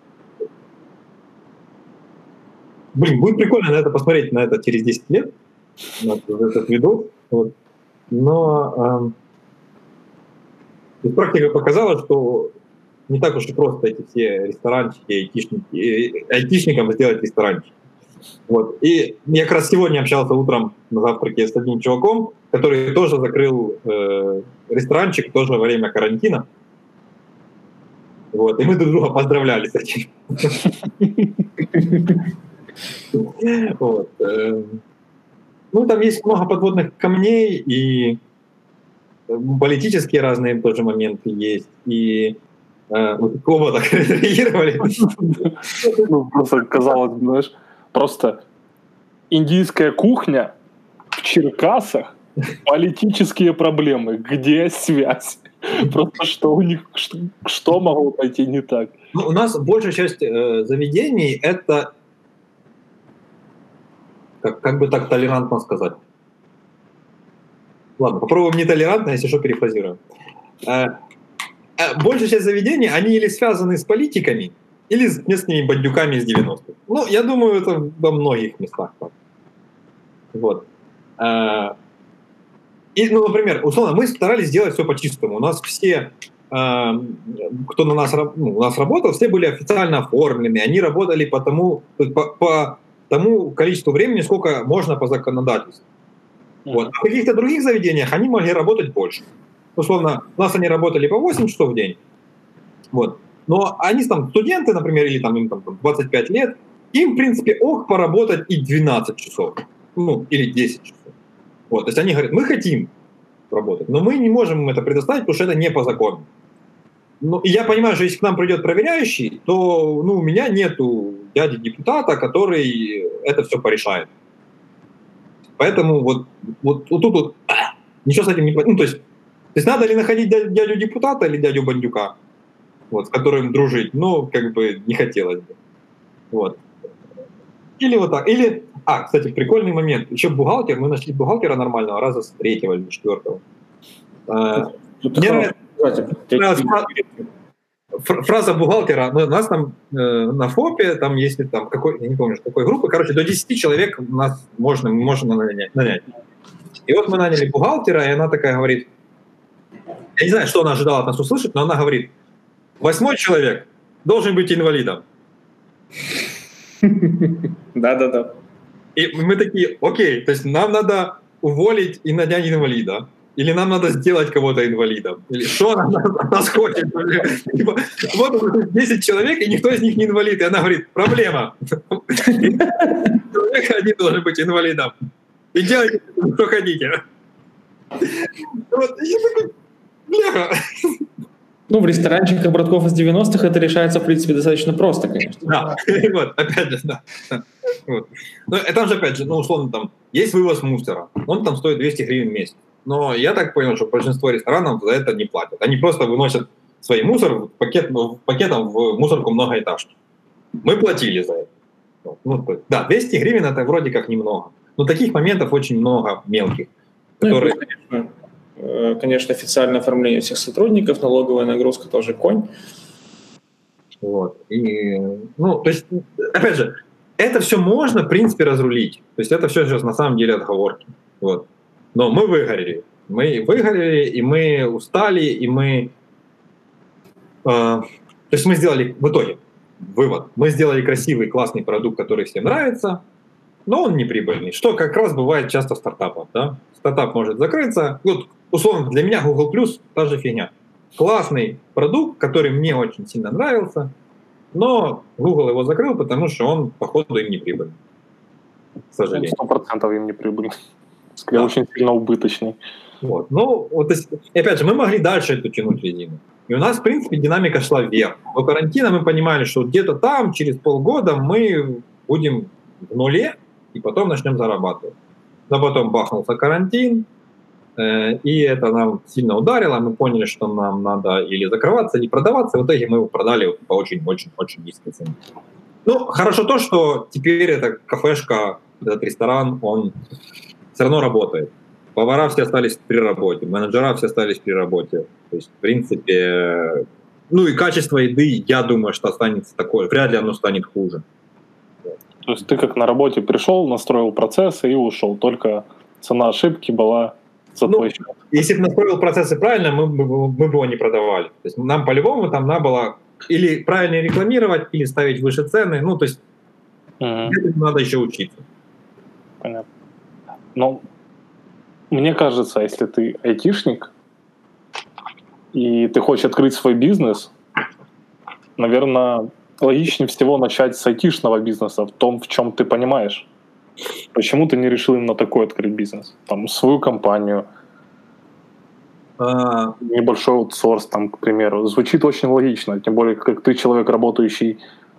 S2: Блин, будет прикольно на это посмотреть, на это через десять лет, на этот видос. Вот. Но э, практика показала, что не так уж и просто эти все ресторанчики, айтишники, айтишникам сделать ресторанчики. Вот. И я как раз сегодня общался утром на завтраке с одним чуваком, который тоже закрыл э, ресторанчик, тоже во время карантина. Вот. И мы друг друга поздравляли с этим. Вот. Ну, там есть много подводных камней, и политические разные тоже моменты есть, и э, вот оба так реагировали.
S1: Ну, просто казалось, знаешь, просто индийская кухня в Черкасах, политические проблемы, где связь? Просто что у них, что, что могло пойти не так?
S2: Ну, у нас большая часть э, заведений — это Как, как бы так толерантно сказать? Ладно, попробуем нетолерантно, если что, перефразируем. Большая часть заведений, они или связаны с политиками, или с местными бандюками из девяностых. Ну, я думаю, это во многих местах так. Вот. И, ну, например, условно, мы старались сделать все по-чистому. У нас все, кто на нас, ну, у нас работал, все были официально оформлены, они работали по тому, по, по тому количеству времени, сколько можно по законодательству. Mm-hmm. Вот. А в каких-то других заведениях они могли работать больше. Условно, у нас они работали по восемь часов в день. Вот. Но они там студенты, например, или там, им там, двадцать пять лет, им, в принципе, ок поработать и двенадцать часов. Ну, или десять часов. Вот. То есть они говорят, мы хотим работать, но мы не можем им это предоставить, потому что это не по закону. Ну, и я понимаю, что если к нам придет проверяющий, то ну, у меня нету дяди-депутата, который это все порешает. Поэтому вот, вот, вот тут вот, ничего с этим не... Ну, то есть, то есть надо ли находить дядю-депутата или дядю Бандюка, вот, с которым дружить? Ну, как бы не хотелось бы. Вот. Или вот так. Или... А, кстати, прикольный момент. Еще бухгалтер. Мы нашли бухгалтера нормального раза с третьего или четвертого. Мне нравится фраза бухгалтера. У нас там э, на ФОПе, там если там какой, я не помню, какой группы, короче, до десяти человек у нас можно, можно нанять, нанять. И вот мы наняли бухгалтера, и она такая говорит, я не знаю, что она ожидала от нас услышать, но она говорит, восьмой человек должен быть инвалидом.
S3: Да-да-да.
S2: И мы такие, окей, то есть нам надо уволить и нанять инвалида. Или нам надо сделать кого-то инвалидом? Или что она от нас хочет? Вот десять человек, и никто из них не инвалид. И она говорит, проблема. Человек один должен быть инвалидом. И делайте, что хотите. Вот, и я такой, бляха.
S3: Ну, в ресторанчиках братков из девяностых это решается, в принципе, достаточно просто, конечно.
S2: Да, вот, опять же, да. Вот. Ну, там же, опять же, ну, условно, там, есть вывоз мусора. Он там стоит двести гривен в месяц. Но я так понял, что большинство ресторанов за это не платят. Они просто выносят свой мусор в пакет, пакетом в мусорку многоэтажки. Мы платили за это. Ну, да, двести гривен это вроде как немного. Но таких моментов очень много мелких. Которые...
S3: Ну, конечно, конечно, официальное оформление всех сотрудников, налоговая нагрузка тоже конь.
S2: Вот. И, ну, то есть, опять же, это все можно, в принципе, разрулить. То есть это все сейчас на самом деле отговорки. Вот. Но мы выгорели. Мы выгорели, и мы устали, и мы... Э, то есть мы сделали в итоге вывод. Мы сделали красивый, классный продукт, который всем нравится, но он не прибыльный. Что как раз бывает часто в стартапах. Да? Стартап может закрыться. Вот, условно, для меня Google Plus та же фигня. Классный продукт, который мне очень сильно нравился, но Google его закрыл, потому что он, походу, им не прибыльный. К сожалению.
S1: Сто процентов им не прибыльный. Скорее, да. Очень сильно убыточный.
S2: Вот. Ну, вот, и опять же, мы могли дальше эту тянуть резину. И у нас, в принципе, динамика шла вверх. До карантина мы понимали, что где-то там, через полгода мы будем в нуле, и потом начнем зарабатывать. Но потом бахнулся карантин, э, и это нам сильно ударило. Мы поняли, что нам надо или закрываться, или продаваться. В итоге мы его продали по очень-очень-очень низкой цене. Ну, хорошо то, что теперь эта кафешка, этот ресторан, он все равно работает. повара все остались при работе, менеджера все остались при работе. То есть, в принципе, ну и качество еды, я думаю, что останется такое. Вряд ли оно станет хуже.
S1: То есть ты как на работе пришел, настроил процессы и ушел. Только цена ошибки была за
S2: ну,
S1: твой счет.
S2: Если бы настроил процессы правильно, мы, мы, мы бы его не продавали. То есть нам по-любому там надо было или правильно рекламировать, или ставить выше цены. Ну, то есть угу. Надо еще учиться.
S1: Понятно. Но мне кажется, если ты айтишник, и ты хочешь открыть свой бизнес, наверное, логичнее всего начать с айтишного бизнеса, в том, в чем ты понимаешь. Почему ты не решил именно такой открыть бизнес? Там, свою компанию, а... небольшой аутсорс, там, к примеру. Звучит очень логично, тем более, как ты человек, работающий.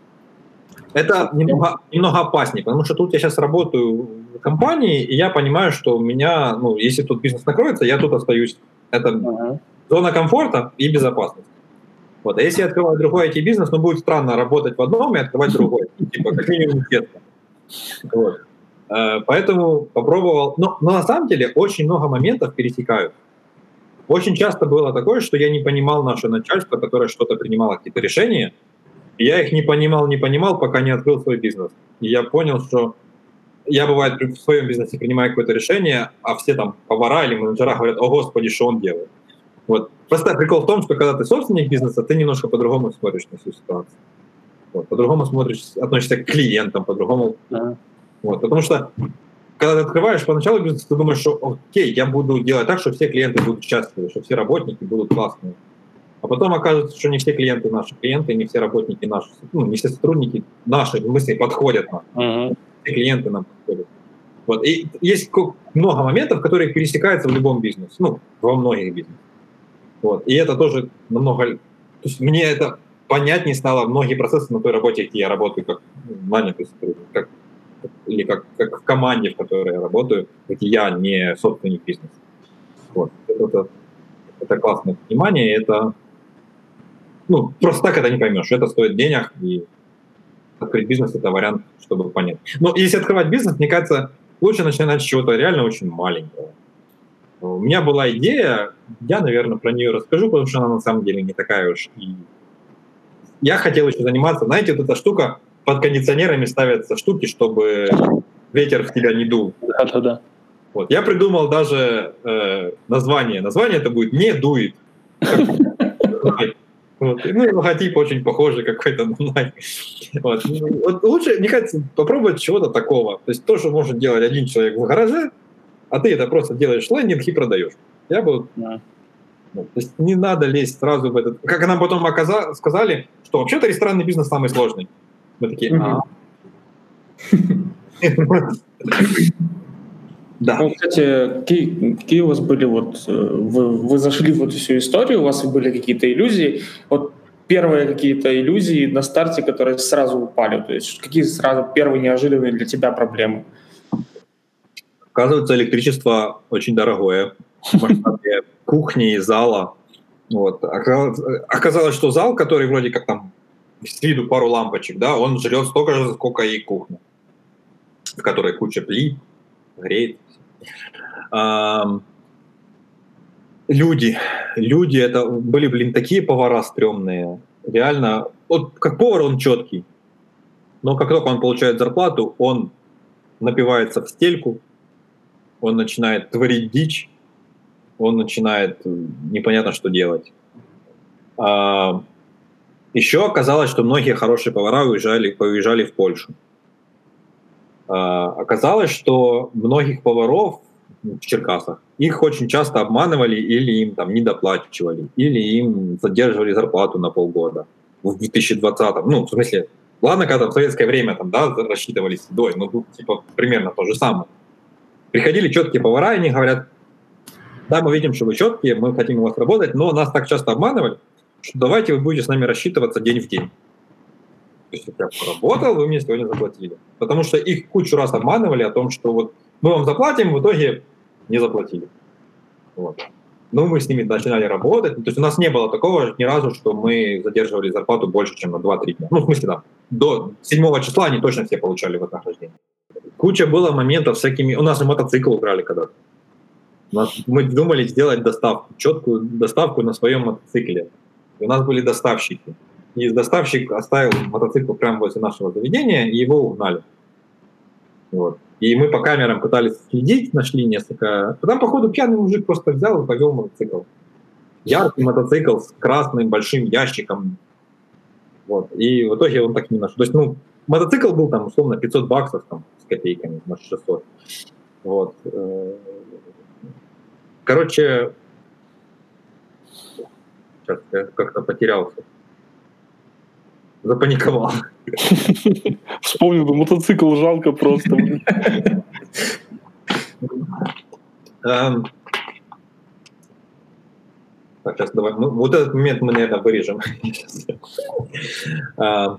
S2: Это немного, немного опаснее, потому что тут я сейчас работаю в компании, и я понимаю, что у меня, ну, если тут бизнес накроется, я тут остаюсь. Это uh-huh. зона комфорта и безопасности. Вот. А если я открываю другой ай ти-бизнес, ну, будет странно работать в одном и открывать другой. Типа, как минимум, честно. Вот. Поэтому попробовал. Но, но на самом деле очень много моментов пересекают. Очень часто было такое, что я не понимал наше начальство, которое что-то принимало, какие-то решения. И я их не понимал, не понимал, пока не открыл свой бизнес. И я понял, что я, бывает, в своем бизнесе принимаю какое-то решение, а все там повара или менеджера говорят: о, Господи, что он делает. Вот. Просто прикол в том, что когда ты собственник бизнеса, ты немножко по-другому смотришь на всю ситуацию. Вот. По-другому смотришь, относишься к клиентам, по-другому. Да. Вот. Потому что, когда ты открываешь поначалу бизнес, ты думаешь, что окей, я буду делать так, что все клиенты будут счастливы, что все работники будут классные. А потом оказывается, что не все клиенты наши клиенты, не все работники наши, ну, не все сотрудники наши, в смысле, подходят нам. Uh-huh. Все клиенты нам подходят. Вот. И есть много моментов, которые пересекаются в любом бизнесе, ну, во многих бизнесах. Вот. И это тоже намного... То есть мне это понятнее стало, многие процессы на той работе, где я работаю, как нанятый сотрудник, как, или как, как в команде, в которой я работаю, где я не собственник бизнеса. Вот. Это, это, это классное понимание, это... Ну, просто так это не поймешь. Это стоит денег, и открыть бизнес — это вариант, чтобы понять. Но если открывать бизнес, мне кажется, лучше начинать с чего-то реально очень маленького. У меня была идея, я, наверное, про нее расскажу, потому что она на самом деле не такая уж. И я хотел еще заниматься, знаете, вот эта штука, под кондиционерами ставятся штуки, чтобы ветер в тебя не дул.
S1: Да-да-да.
S2: Вот. Я придумал даже э, название. Название это будет «Не дует». Вот. Ну и логотип очень похожий какой-то. Вот. Вот лучше, мне кажется, попробовать чего-то такого. То есть то, что может делать один человек в гараже, а ты это просто делаешь лендинг и продаешь. Я бы... Yeah. Вот. То есть не надо лезть сразу в этот... Как нам потом оказа... сказали, что вообще-то ресторанный бизнес самый сложный. Мы такие...
S3: Да. Ну, кстати, какие, какие у вас были вот... Вы, вы зашли в эту всю историю, у вас были какие-то иллюзии. Вот первые какие-то иллюзии на старте, которые сразу упали. То есть какие сразу первые неожиданные для тебя проблемы?
S2: Оказывается, электричество очень дорогое. В масштабе кухни и зала. Вот. Оказалось, что зал, который вроде как там с виду пару лампочек, да, он жрет столько же, сколько и кухня, в которой куча плит, греет. А, люди. Люди, это были, блин, такие повара стрёмные. Реально, вот как повар он четкий, но как только он получает зарплату, он напивается в стельку, он начинает творить дичь, он начинает непонятно что делать. А, еще оказалось, что многие хорошие повара уезжали, поуезжали в Польшу. А, оказалось, что многих поваров в Черкасах, их очень часто обманывали или им там недоплачивали, или им задерживали зарплату на полгода в две тысячи двадцатом. Ну, в смысле, ладно, когда в советское время там, да, рассчитывались едой, но тут типа примерно то же самое. Приходили четкие повара, и они говорят: да, мы видим, что вы четкие, мы хотим у вас работать, но нас так часто обманывали, что давайте вы будете с нами рассчитываться день в день. То есть я поработал, вы мне сегодня заплатили. Потому что их кучу раз обманывали о том, что вот мы вам заплатим, в итоге не заплатили. Вот. Ну, мы с ними начинали работать. То есть у нас не было такого ни разу, что мы задерживали зарплату больше, чем на два-три дня. Ну, в смысле, да, до седьмого числа они точно все получали вознаграждение. Куча было моментов всякими... У нас же мотоцикл украли когда-то. Мы думали сделать доставку, четкую доставку на своем мотоцикле. И у нас были доставщики. И доставщик оставил мотоцикл прямо возле нашего заведения, и его угнали. Вот. И мы по камерам пытались следить, нашли несколько... Потом, походу, пьяный мужик просто взял и повел мотоцикл. Яркий мотоцикл с красным большим ящиком. Вот. И в итоге он так и не нашел. То есть, ну, мотоцикл был там, условно, пятьсот баксов там, с копейками, может, шестьсот. Вот. Короче, сейчас я как-то потерялся. Запаниковал.
S1: Вспомнил, бы, мотоцикл жалко просто.
S2: Так, сейчас давай. Ну, вот этот момент мы, наверное, вырежем. Так,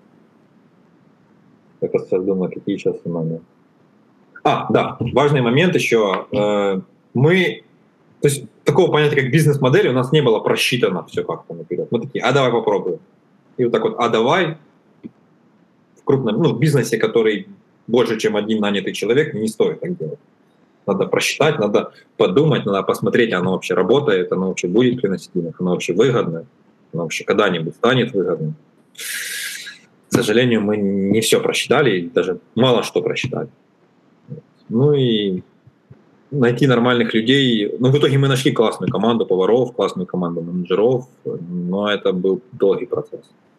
S2: я сейчас думаю, какие сейчас внимания. А, да, важный момент еще. Мы, то есть такого понятия, как бизнес-модель, у нас не было просчитано все как-то наперед. Мы такие, а давай попробуем. И вот так вот, а давай в крупном, ну, бизнесе, который больше, чем один нанятый человек, не стоит так делать. Надо просчитать, надо подумать, надо посмотреть, оно вообще работает, оно вообще будет приносить денег, оно вообще выгодно, оно вообще когда-нибудь станет выгодным. К сожалению, мы не все просчитали, даже мало что просчитали. Ну и найти нормальных людей. Ну, в итоге мы нашли классную команду поваров, классную команду менеджеров, но это был долгий процесс.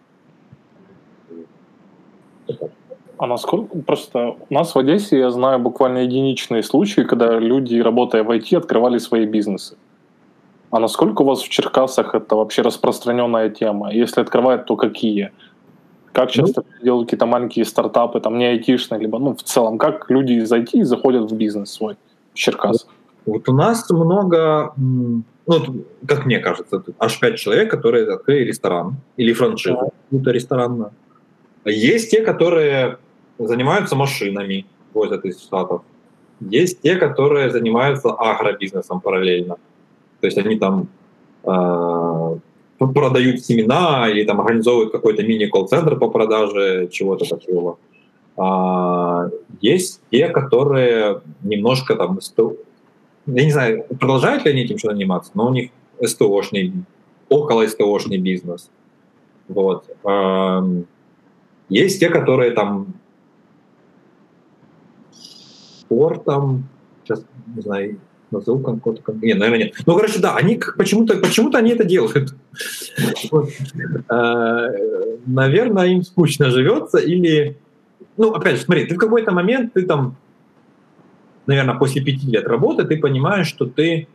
S1: А насколько... Просто у нас в Одессе, я знаю, буквально единичные случаи, когда люди, работая в ай ти, открывали свои бизнесы. А насколько у вас в Черкасах это вообще распространенная тема? Если открывают, то какие? Как часто ну, делают какие-то маленькие стартапы, там не айтишные, либо, ну, в целом, как люди из ай ти заходят в бизнес свой в Черкасах?
S2: Вот у нас много, ну, как мне кажется, тут аж пять человек, которые открыли ресторан или франшизу, какую-то ресторанную. Есть те, которые занимаются машинами, возят из Штатов. Есть те, которые занимаются агробизнесом параллельно. То есть они там э, продают семена или там организовывают какой-то мини-колл-центр по продаже чего-то такого. А, есть те, которые немножко там, я не знаю, продолжают ли они этим что-то заниматься, но у них эс тэ о-шный, около эс тэ о-шный бизнес. Вот. А, есть те, которые там спортом, сейчас, не знаю, назову какой-то... Нет, наверное, нет. Ну, короче, да, они почему-то, почему-то они это делают. Наверное, им скучно живется или... Ну, опять же, смотри, ты в какой-то момент, ты там, наверное, после пяти лет работы, ты понимаешь, что ты...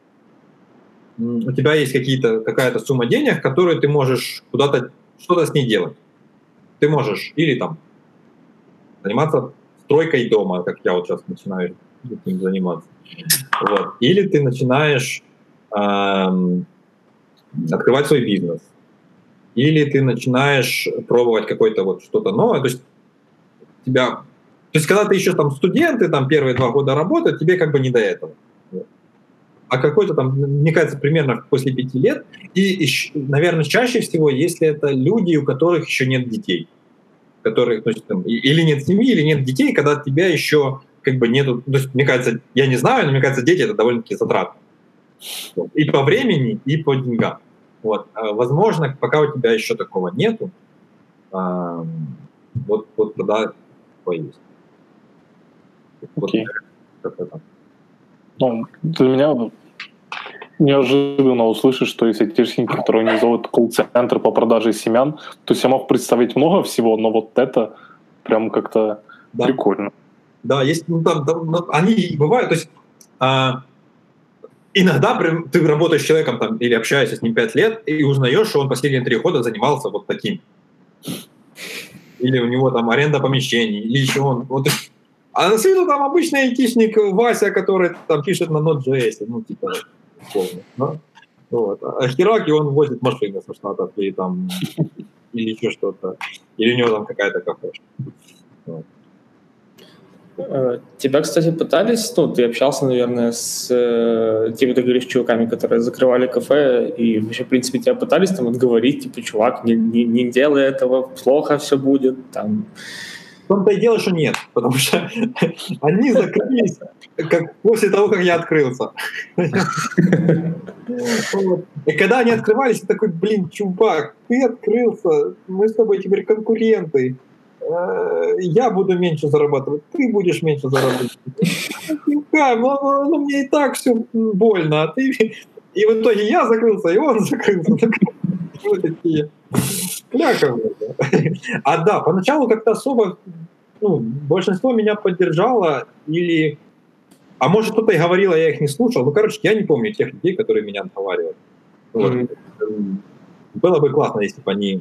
S2: У тебя есть какие-то, какая-то сумма денег, которую ты можешь куда-то, что-то с ней делать. Ты можешь или там заниматься стройкой дома, как я вот сейчас начинаю этим заниматься. Вот. Или ты начинаешь эм, открывать свой бизнес. Или ты начинаешь пробовать какое-то вот что-то новое. То есть тебя... То есть когда ты еще там студент, и там первые два года работаешь, тебе как бы не до этого. Вот. А какой-то там, мне кажется, примерно после пяти лет, и, еще, наверное, чаще всего, если это люди, у которых еще нет детей, которых, то есть, там, или нет семьи, или нет детей, когда тебя еще как бы нету, то есть, мне кажется, я не знаю, но мне кажется, дети это довольно-таки затратно. Вот. И по времени, и по деньгам. Вот. А, возможно, пока у тебя еще такого нету, а, вот, вот тогда такое есть.
S1: Okay. Вот, как ну, для меня неожиданно услышать, что есть айтишники, которые организовывают колл-центр по продаже семян. То есть я мог представить много всего, но вот это прям как-то да. прикольно.
S2: Да, есть, ну, там, там, ну, они бывают, то есть а, иногда прям, ты работаешь с человеком там, или общаешься с ним пять лет и узнаешь, что он последние три года занимался вот таким. Или у него там аренда помещений, или еще он... Вот, а на свету там обычный айтишник Вася, который там пишет на Node.js, ну, типа, условно, да? Вот. А Хераки, он возит машины со Штатов, или там, или еще что-то, или у него там какая-то кафешка. Вот.
S3: Тебя, кстати, пытались, ну, ты общался, наверное, с теми, ты говоришь, чуваками, которые закрывали кафе, и вообще, в принципе, тебя пытались там отговорить, типа, чувак, не, не, не делай этого, плохо все будет, там...
S2: В том-то и дело, что нет, потому что они закрылись как после того, как я открылся. И когда они открывались, я такой, блин, чувак, ты открылся, мы с тобой теперь конкуренты. Я буду меньше зарабатывать, ты будешь меньше зарабатывать. Ну, ну, ну мне и так все больно, а ты... И в итоге я закрылся, и он закрылся. Вот такие... А да, поначалу как-то особо, ну, большинство меня поддержало, или, а может кто-то и говорил, а я их не слушал, ну, короче, я не помню тех людей, которые меня отговаривали. Вот. Mm-hmm. Было бы классно, если бы они...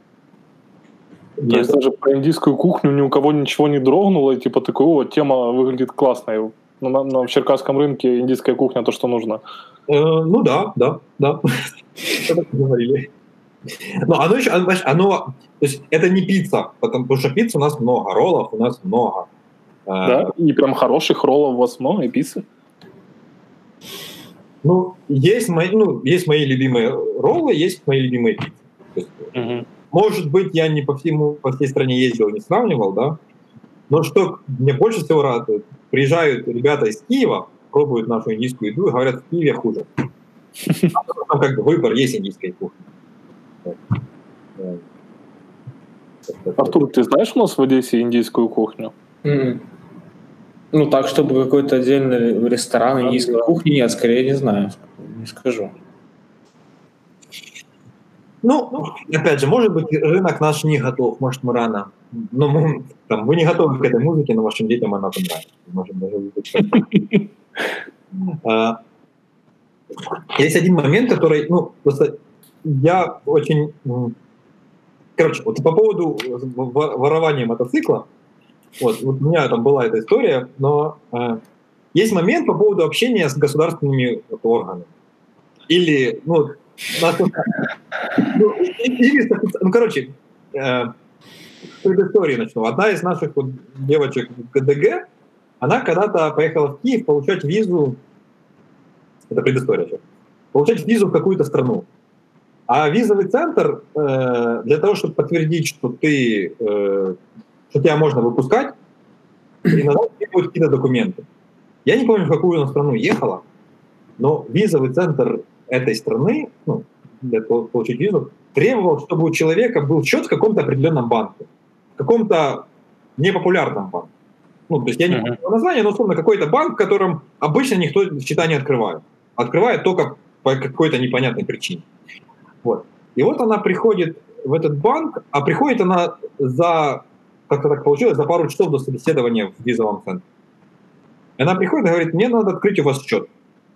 S1: То есть даже про индийскую кухню ни у кого ничего не дрогнуло, и типа такой, о, тема выглядит классно, на, на, на Черкасском рынке индийская кухня то, что нужно.
S2: Э, ну да, да, да, это говорили. Но оно еще, оно, то есть это не пицца, потому что пиццы у нас много, роллов у нас много.
S1: Да, и прям хороших роллов у вас много, и пиццы.
S2: Ну, есть мои, ну, есть мои любимые роллы, есть мои любимые пиццы. Есть, угу. Может быть, я не по всему, по всей стране ездил, не сравнивал, да, но что мне больше всего радует, приезжают ребята из Киева, пробуют нашу индийскую еду и говорят, в Киеве хуже. Там как бы выбор есть индийской кухни.
S1: Артур, ты знаешь у нас в Одессе индийскую кухню?
S3: Mm-hmm. Ну так, чтобы какой-то отдельный ресторан индийской а, кухни, нет, скорее не знаю, не скажу.
S2: Ну, опять же, может быть, рынок наш не готов, может, мы рано. Но мы, там, вы не готовы к этой музыке, но вашим детям она понравится. Может, даже быть. Есть один момент, который, ну, просто я очень... Короче, вот по поводу ворования мотоцикла, вот, вот у меня там была эта история, но э, есть момент по поводу общения с государственными вот, органами. Или, ну, ну, или, ну короче, э, предысторию начну. Одна из наших вот, девочек в ГДГ, она когда-то поехала в Киев получать визу, это предыстория сейчас, получать визу в какую-то страну. А визовый центр э, для того, чтобы подтвердить, что ты, э, что тебя можно выпускать, иногда требуют какие-то документы. Я не помню, в какую она страну ехала, но визовый центр этой страны, ну, для того, чтобы получить визу, требовал, чтобы у человека был счет в каком-то определенном банке, в каком-то непопулярном банке. Ну, то есть я не помню uh-huh. название, но условно какой-то банк, в котором обычно никто счета не открывает. Открывает только по какой-то непонятной причине. Вот. И вот она приходит в этот банк, а приходит она за, как-то так получилось, за пару часов до собеседования в визовом центре. И она приходит и говорит, мне надо открыть у вас счет.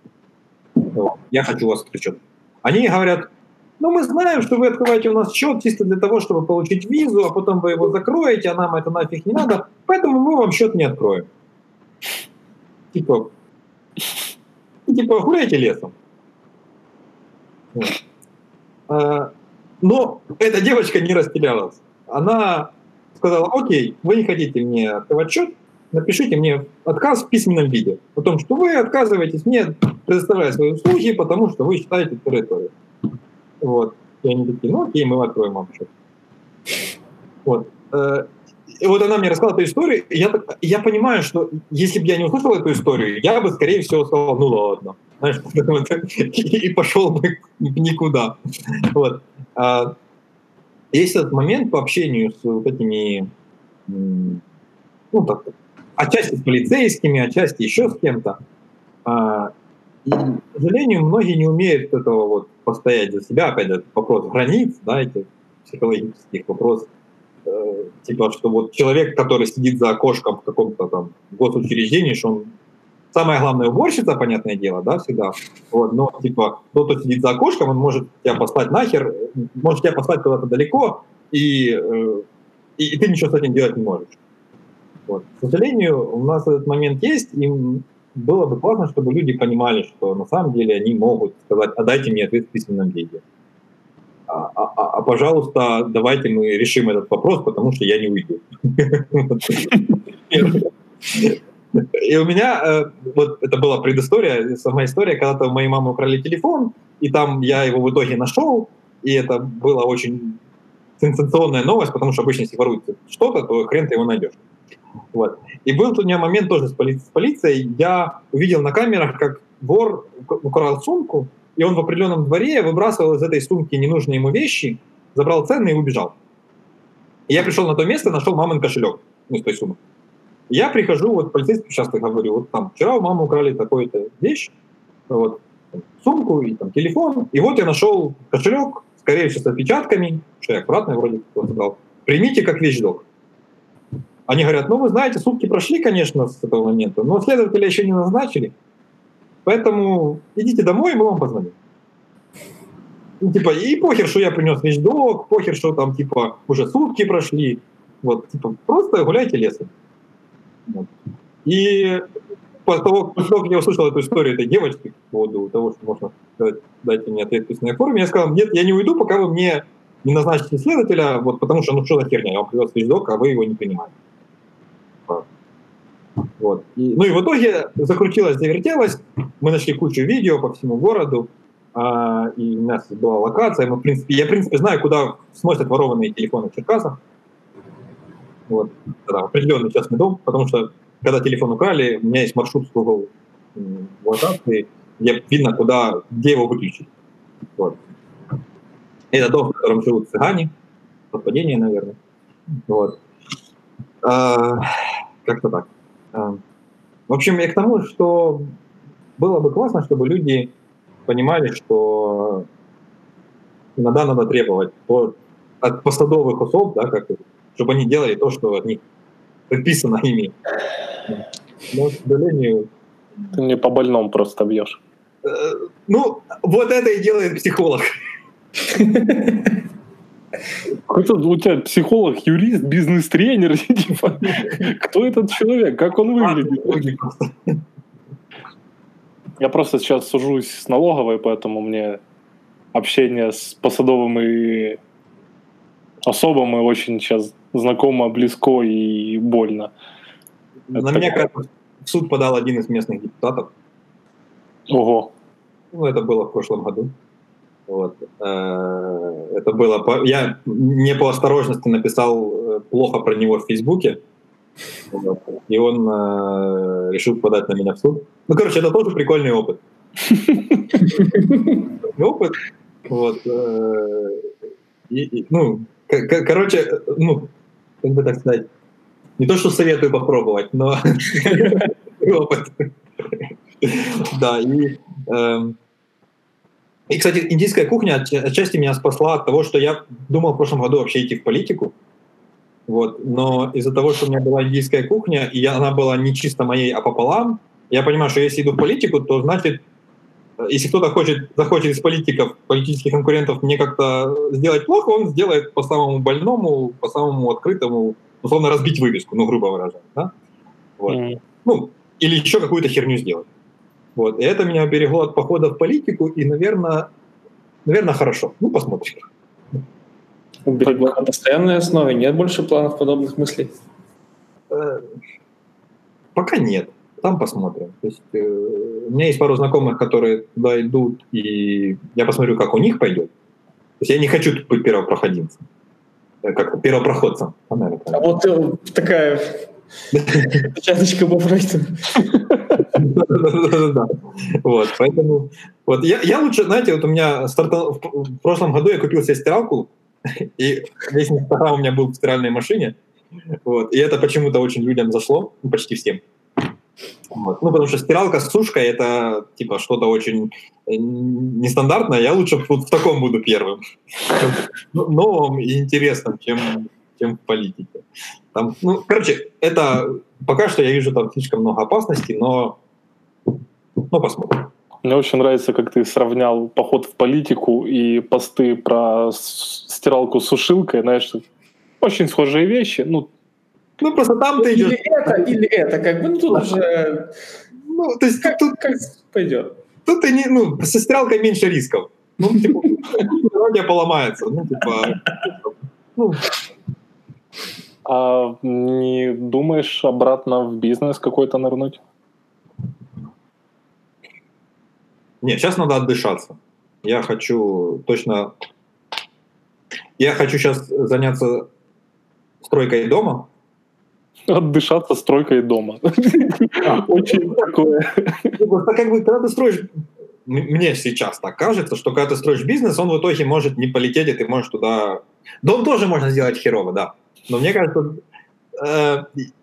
S2: Я хочу у вас открыть счет. Они говорят, ну мы знаем, что вы открываете у нас счет чисто для того, чтобы получить визу, а потом вы его закроете, а нам это нафиг не надо, поэтому мы вам счет не откроем. Типа, типа гуляйте лесом. Вот. Но эта девочка не растерялась. Она сказала, окей, вы не хотите мне открывать счет, напишите мне отказ в письменном виде о том, что вы отказываетесь мне предоставлять свои услуги, потому что вы считаете территорию. Вот. И они такие, ну окей, мы откроем вам счет. Вот. И вот она мне рассказала эту историю, и я, я понимаю, что если бы я не услышал эту историю, я бы, скорее всего, сказал, ну ладно. Знаешь, и пошел бы никуда. Вот. Есть этот момент по общению с вот этими, ну так, отчасти с полицейскими, отчасти еще с кем-то. И, к сожалению, многие не умеют этого вот постоять за себя. Опять же, вопрос границ, да, этих психологических вопросов. Типа, что вот человек, который сидит за окошком в каком-то там госучреждении, что он самая главная уборщица, понятное дело, да, всегда. Вот, но типа тот, кто сидит за окошком, он может тебя послать нахер, может тебя послать куда-то далеко, и, и, и ты ничего с этим делать не можешь. Вот. К сожалению, у нас этот момент есть, и было бы классно, чтобы люди понимали, что на самом деле они могут сказать, а дайте мне ответ в письменном виде. А, а, а, пожалуйста, давайте мы решим этот вопрос, потому что я не уйду. И у меня, вот это была предыстория, сама история, когда-то у моей мамы украли телефон, и там я его в итоге нашел, и это было очень сенсационная новость, потому что обычно, если воруют что-то, то хрен ты его найдешь. Вот. И был у меня момент тоже с, поли- с полицией. Я увидел на камерах, как вор украл сумку, и он в определенном дворе выбрасывал из этой сумки ненужные ему вещи, забрал ценные и убежал. И я пришел на то место, нашел мамин кошелек, ну, с той суммы. Я прихожу, вот полицейский часто говорю, вот там, вчера у мамы украли такую-то вещь, вот, сумку и там телефон, и вот я нашел кошелек, скорее всего, с отпечатками, что я аккуратно вроде как сказал, примите как вещдок. Они говорят, ну, вы знаете, сутки прошли, конечно, с этого момента, но следователя еще не назначили, поэтому идите домой, и мы вам позвоним. И, типа, и похер, что я принес вещдок, похер, что там, типа, уже сутки прошли, вот, типа, просто гуляйте лесом. Вот. И после того, после того, как я услышал эту историю этой девочки по поводу того, что можно сказать, дайте мне ответ в письменной форме, я сказал, нет, я не уйду, пока вы мне не назначите следователя, вот, потому что, ну, что за херня, я вам привез вещдок, а вы его не принимаете. Вот. И, ну и в итоге закрутилось, завертелось, мы нашли кучу видео по всему городу, а, и у нас была локация, мы, в принципе, я, в принципе, знаю, куда сносят ворованные телефоны в Черкасах. Вот. Да, определенный частный дом, потому что, когда телефон украли, у меня есть маршрут с Google локации, где видно, куда, где его выключить. Вот. Это дом, в котором живут цыгане, совпадение, наверное. Вот. А, как-то так. А, в общем, я к тому, что было бы классно, чтобы люди понимали, что иногда надо требовать от, от посадовых особ, да, как, чтобы они делали то, что от них предписано ими. Но, к сожалению...
S1: Ты мне по больному просто бьешь.
S2: Э, ну, вот это и делает психолог.
S1: Какой-то у тебя психолог, юрист, бизнес-тренер. Типа, кто этот человек? Как он выглядит? Я просто сейчас сужусь с налоговой, поэтому мне общение с посадовыми особами очень сейчас знакомо, близко и больно.
S2: На это меня как в суд подал один из местных депутатов.
S1: Ого.
S2: Ну, это было в прошлом году. Вот. Это было... По... Я не по осторожности написал плохо про него в Фейсбуке. Вот. И он э, решил подать на меня в суд. Ну, короче, это тоже прикольный опыт. Опыт. Вот. И, и, ну, к- короче, ну, как бы так сказать, не то, что советую попробовать, но опыт. Да, и, э, и, кстати, индийская кухня отчасти меня спасла от того, что я думал в прошлом году вообще идти в политику. Вот. Но из-за того, что у меня была индийская кухня, и она была не чисто моей, а пополам, я понимаю, что если иду в политику, то значит, если кто-то хочет, захочет из политиков, политических конкурентов мне как-то сделать плохо, он сделает по самому больному, по самому открытому, условно разбить вывеску, ну, грубо выражаясь. Да? Вот. Mm. Ну, или еще какую-то херню сделать. Вот. И это меня уберегло от похода в политику, и, наверное, наверное хорошо. Ну, посмотрим.
S3: Уберегло на постоянной основе? Нет больше планов подобных мыслей?
S2: Пока нет. Там посмотрим. То есть, э, у меня есть пару знакомых, которые туда идут, и я посмотрю, как у них пойдет. То есть я не хочу тут быть первопроходимцем. Как первопроходцем.
S3: А, а вот э, такая чаточка Бобрайтон.
S2: Да-да-да. Вот, поэтому... Вот, я, я лучше, знаете, вот у меня стартал... В прошлом году я купил себе стиралку, и весь Инстаграм у меня был в стиральной машине. Вот, и это почему-то очень людям зашло, ну, почти всем. Вот. Ну, потому что стиралка с сушкой — это типа что-то очень нестандартное. Я лучше вот в таком буду первым. Новым и интересным, чем, чем в политике. Там, ну, короче, это пока что я вижу там слишком много опасностей, но, но посмотрим.
S1: Мне очень нравится, как ты сравнял поход в политику и посты про стиралку с сушилкой. Знаешь, очень схожие вещи. Ну,
S2: ну просто там ты идешь...
S3: Или это, или это, как бы, ну тут уже...
S2: Ну, то есть
S3: как,
S2: тут...
S3: Как пойдет.
S2: Тут ты не... Ну, со стиралкой меньше рисков. Ну, типа, дорога поломается. Ну, типа... Ну...
S1: А не думаешь обратно в бизнес какой-то нырнуть?
S2: Нет, сейчас надо отдышаться. Я хочу точно... я хочу сейчас заняться стройкой дома.
S1: Отдышаться стройкой дома. Очень такое.
S2: Как бы, когда ты строишь, мне сейчас так кажется, что когда ты строишь бизнес, он в итоге может не полететь, и ты можешь туда... Дом тоже можно сделать херово, да. Но мне кажется, э,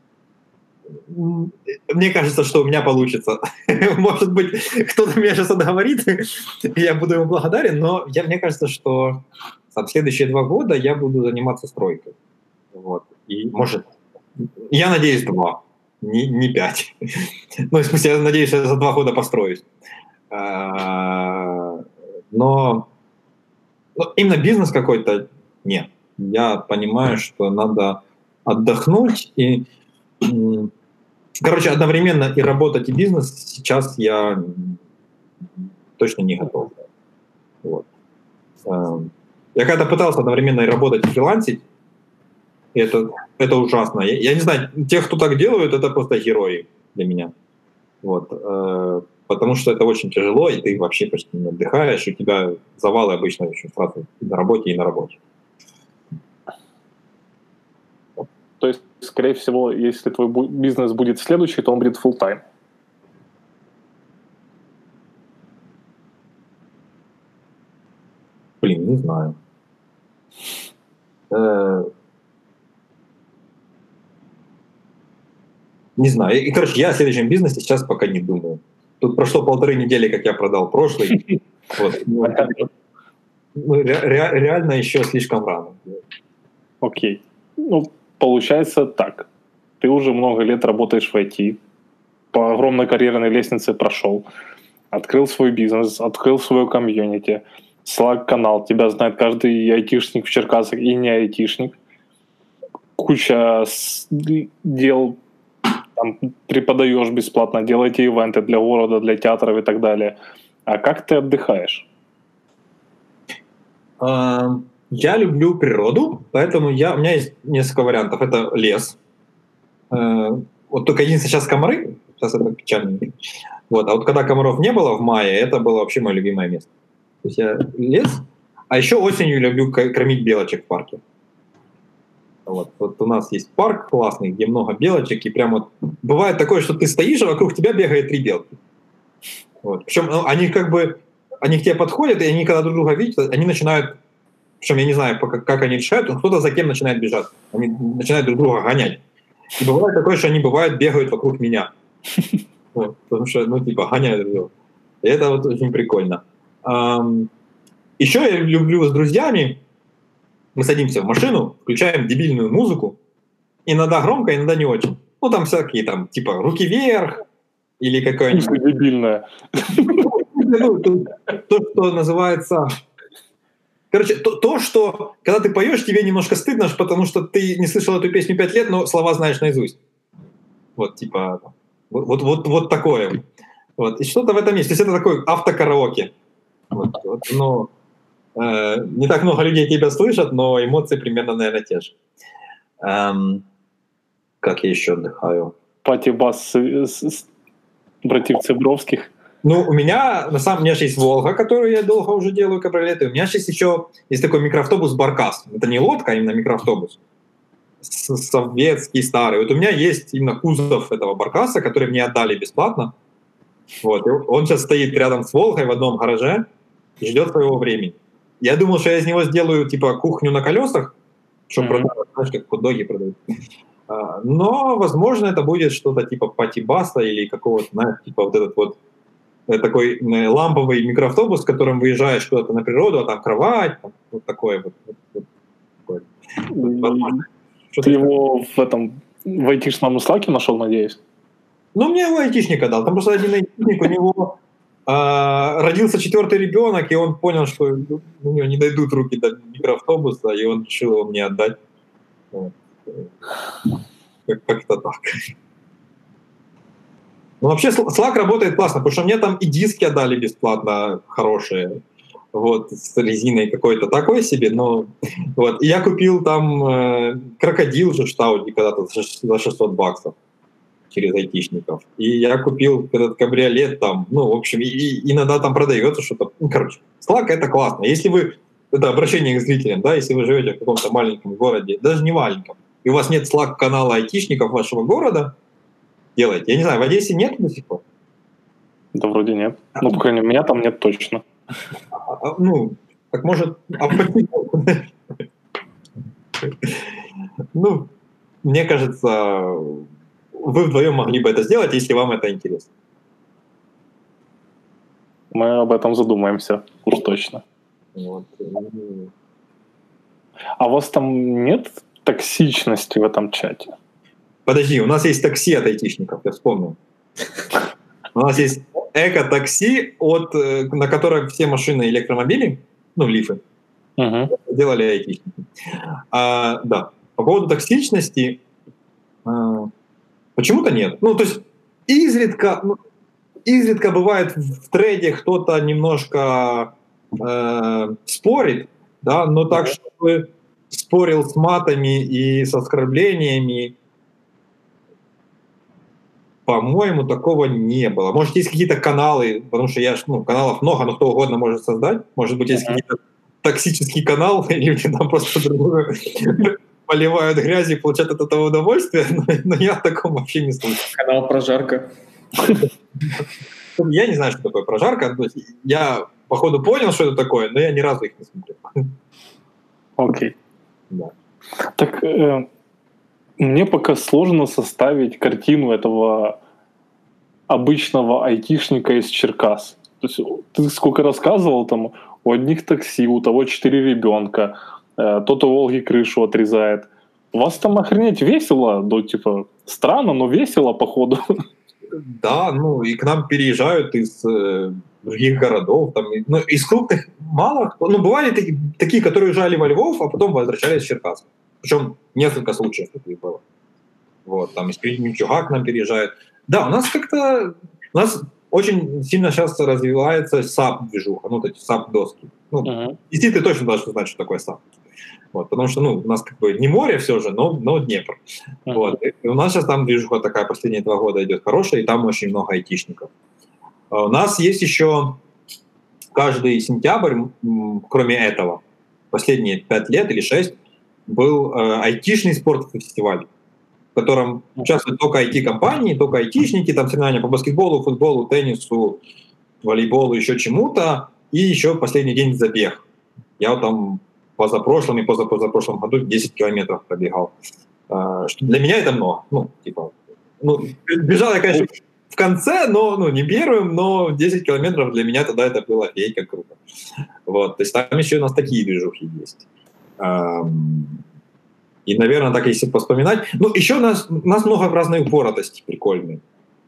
S2: мне кажется, что у меня получится. Может быть, кто-то меня сейчас отговорит, я буду ему благодарен, но я, мне кажется, что там, следующие два года я буду заниматься стройкой. Вот. И, может, я надеюсь, два, не, не пять. Ну, в смысле, я надеюсь, что я за два года построюсь. Но, но именно бизнес какой-то нет. Я понимаю, что надо отдохнуть и, короче, одновременно и работать, и бизнес сейчас я точно не готов. Вот. Я когда-то пытался одновременно и работать, и фрилансить, и это, это ужасно. Я, я не знаю, те, кто так делают, это просто герои для меня. Вот. Потому что это очень тяжело, и ты вообще почти не отдыхаешь, и у тебя завалы обычно очень сразу на работе, и на работе.
S1: То есть, скорее всего, если твой бизнес будет следующий, то он будет full-time.
S2: Блин, не знаю. Э-э- не знаю. И, короче, я о следующем бизнесе сейчас пока не думаю. Тут прошло полторы недели, как я продал прошлый. Вот. Ну, ре- ре- реально еще слишком рано.
S1: Окей. Ну, получается так. Ты уже много лет работаешь в ай ти, по огромной карьерной лестнице прошел, открыл свой бизнес, открыл свое комьюнити, Slack-канал, тебя знает каждый айтишник в Черкасах и не айтишник. Куча дел, там, преподаешь бесплатно, делаете ивенты для города, для театров и так далее. А как ты отдыхаешь?
S2: Я люблю природу, поэтому я, у меня есть несколько вариантов. Это лес. Вот только единственное, сейчас комары, сейчас это печально. Вот. А вот когда комаров не было в мае, это было вообще мое любимое место. То есть я лес, а еще осенью люблю кормить белочек в парке. Вот. Вот у нас есть парк классный, где много белочек, и прям вот бывает такое, что ты стоишь, а вокруг тебя бегает три белки. Вот. Причем ну, они как бы, они к тебе подходят, и они когда друг друга видят, они начинают, причем я не знаю, как, как они решают, но кто-то за кем начинает бежать. Они начинают друг друга гонять. И бывает такое, что они бывают бегают вокруг меня. Вот. Потому что, ну, типа, гоняют друг друга. И это вот очень прикольно. Um, еще я люблю с друзьями, мы садимся в машину, включаем дебильную музыку, иногда громко, иногда не очень. Ну, там всякие, там, типа, руки вверх, или какая-нибудь...
S1: Дебильная.
S2: Ну, то, что называется... Короче, то, то, что, когда ты поешь, тебе немножко стыдно, потому что ты не слышал эту песню пять лет, но слова знаешь наизусть. Вот, типа, вот, вот, вот, вот такое. Вот. И что-то в этом есть. То есть это такой автокараоке. Вот, вот, ну, э, не так много людей тебя слышат, но эмоции примерно, наверное, те же. Эм, как я еще отдыхаю?
S1: Пати-бас с, с, с братьев Цыбровских.
S2: Ну, у меня, на самом деле, есть «Волга», которую я долго уже делаю, кабриолеты. У меня сейчас еще есть такой микроавтобус «Баркас». Это не лодка, а именно микроавтобус. Советский, старый. Вот у меня есть именно кузов этого «Баркаса», который мне отдали бесплатно. Вот. Он сейчас стоит рядом с «Волгой» в одном гараже и ждет своего времени. Я думал, что я из него сделаю типа кухню на колесах, чтобы mm-hmm. продавать, знаешь, как хот-доги продают. Но, возможно, это будет что-то типа пати-баса или какого-то, знаешь, типа вот этот вот такой ламповый микроавтобус, с которым выезжаешь куда-то на природу, а там кровать, там, вот такое вот. вот, вот
S1: такое. Ты его в этом в айтишном Slack'е нашел, надеюсь?
S2: Ну, мне его айтишника дал. Там просто один айтишник, у него а, родился четвертый ребенок, и он понял, что у него не дойдут руки до микроавтобуса, и он решил его мне отдать. Вот. Как-то так. Ну, вообще, Slack работает классно, потому что мне там и диски отдали бесплатно хорошие, вот, с резиной какой-то такой себе, но вот. И я купил там э, крокодил же в Штауде когда-то за шестьсот баксов через айтишников. И я купил этот кабриолет там, ну, в общем, и, и иногда там продается что-то. Ну, короче, Slack — это классно. Если вы это обращение к зрителям, да, если вы живете в каком-то маленьком городе, даже не маленьком, и у вас нет слаг-канала айтишников вашего города, делайте. Я не знаю, в Одессе нет до сих пор?
S1: Да вроде нет. Ну, по крайней мере, меня там нет точно.
S2: А, а, ну, так может... А ну, мне кажется, вы вдвоем могли бы это сделать, если вам это интересно.
S1: Мы об этом задумаемся, уж точно.
S2: Вот.
S1: А у вас там нет токсичности в этом чате?
S2: Подожди, у нас есть такси от айтишников, я вспомнил. У нас есть эко-такси, от, на котором все машины электромобили, ну, лифы,
S1: угу.
S2: делали айтишники. А, да, по поводу токсичности, а, почему-то нет. Ну, то есть изредка, ну, изредка бывает в трейде кто-то немножко э, спорит, да, но так, чтобы спорил с матами и с оскорблениями, по-моему, такого не было. Может, есть какие-то каналы, потому что я, ну, каналов много, но кто угодно может создать. Может быть, есть uh-huh. какие-то токсический канал, и люди там просто друг друга поливают грязь и получают от этого удовольствие, но, но я о таком вообще не слышал.
S3: Канал прожарка.
S2: Я не знаю, что такое прожарка. Я, походу, понял, что это такое, но я ни разу их не смотрел.
S1: Окей. Okay.
S2: Да.
S1: Так... Э... Мне пока сложно составить картину этого обычного айтишника из Черкас. То есть ты сколько рассказывал, там у одних такси, у того четыре ребенка, э, тот у Волги крышу отрезает. У вас там охренеть весело, ну типа странно, но весело походу.
S2: Да, ну и к нам переезжают из э, других городов, там, ну, из крупных мало кто. Ну бывали такие, такие, которые уезжали во Львов, а потом возвращались в Черкас. Причем несколько случаев таких было. Вот, там из Кременчуга к нам переезжают. Да, у нас как-то... У нас очень сильно сейчас развивается сап-движуха, ну, вот эти сап-доски. Ну, uh-huh. И ты точно должен знать, что такое сап. Вот, потому что, ну, у нас как бы не море все же, но, но Днепр. Uh-huh. Вот. И у нас сейчас там движуха такая последние два года идет хорошая, и там очень много айтишников. А у нас есть еще каждый сентябрь, кроме этого, последние пять лет или шесть, был э, айтишный спортфестиваль, в котором участвуют только ай ти-компании, только айтишники, там соревнования по баскетболу, футболу, теннису, волейболу, еще чему-то, и еще последний день забег. Я вот там позапрошлом и позапозапрошлом году десять километров пробегал. Э, что для меня это много. Ну, типа, ну, бежал я, конечно, в конце, но ну, не первым, но десять километров для меня тогда это было офигеть как круто. Вот, то есть там еще у нас такие движухи есть. И, наверное, так если вспоминать... Ну, еще у нас, у нас много разной упоротости прикольной.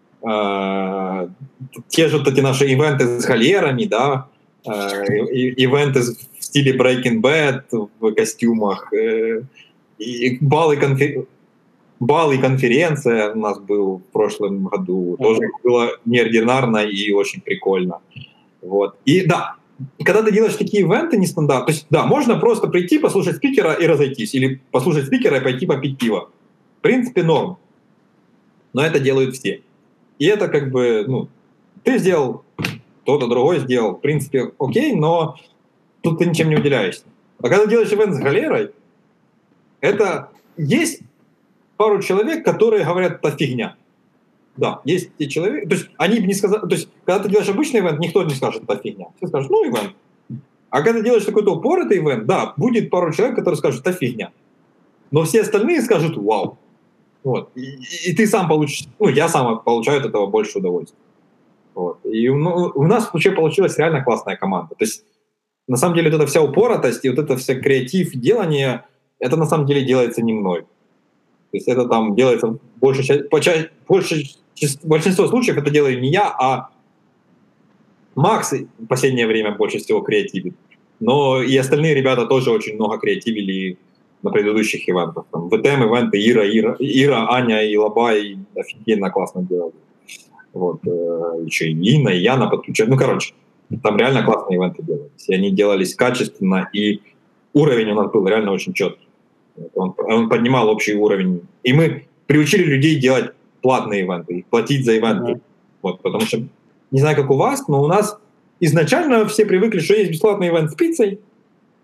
S2: Те же вот эти наши ивенты с галерами, да, ивенты в стиле Breaking Bad в костюмах, и бал и, конфер... бал и конференция у нас был в прошлом году. Mm-hmm. Тоже было неординарно и очень прикольно. Вот. И да, когда ты делаешь такие ивенты нестандартные, то есть, да, можно просто прийти, послушать спикера и разойтись, или послушать спикера и пойти попить пиво. В принципе, норм. Но это делают все. И это как бы, ну, ты сделал, кто-то другой сделал. В принципе, окей, но тут ты ничем не уделяешься. А когда делаешь ивент с галерой, это есть пару человек, которые говорят, это фигня. Да, есть те человеки, то есть они бы не сказали, то есть когда ты делаешь обычный ивент, никто не скажет, это фигня. Все скажут, ну, ивент. А когда ты делаешь какой-то упоротый ивент, да, будет пару человек, которые скажут, это фигня. Но все остальные скажут, вау. Вот. И, и ты сам получишь, ну, я сам получаю от этого больше удовольствия. Вот. И ну, у нас вообще получилась реально классная команда. То есть, на самом деле, вот эта вся упоротость и вот это вся креатив, делание, это на самом деле делается не мной. То есть это там делается больше, больше, большинство случаев это делаю не я, а Макс в последнее время больше всего креативит. Но и остальные ребята тоже очень много креативили на предыдущих ивентах. Там, ви ти эм ивенты, Ира, Ира, Ира, Аня и Лобай офигенно классно делали. Вот. Еще и Инна, и Яна подключали. Ну, короче, там реально классные ивенты делались. И они делались качественно, и уровень у нас был реально очень четкий. Он, он поднимал общий уровень. И мы приучили людей делать платные ивенты, платить за ивенты. Mm-hmm. Вот, потому что, не знаю, как у вас, но у нас изначально все привыкли, что есть бесплатный ивент с пиццей,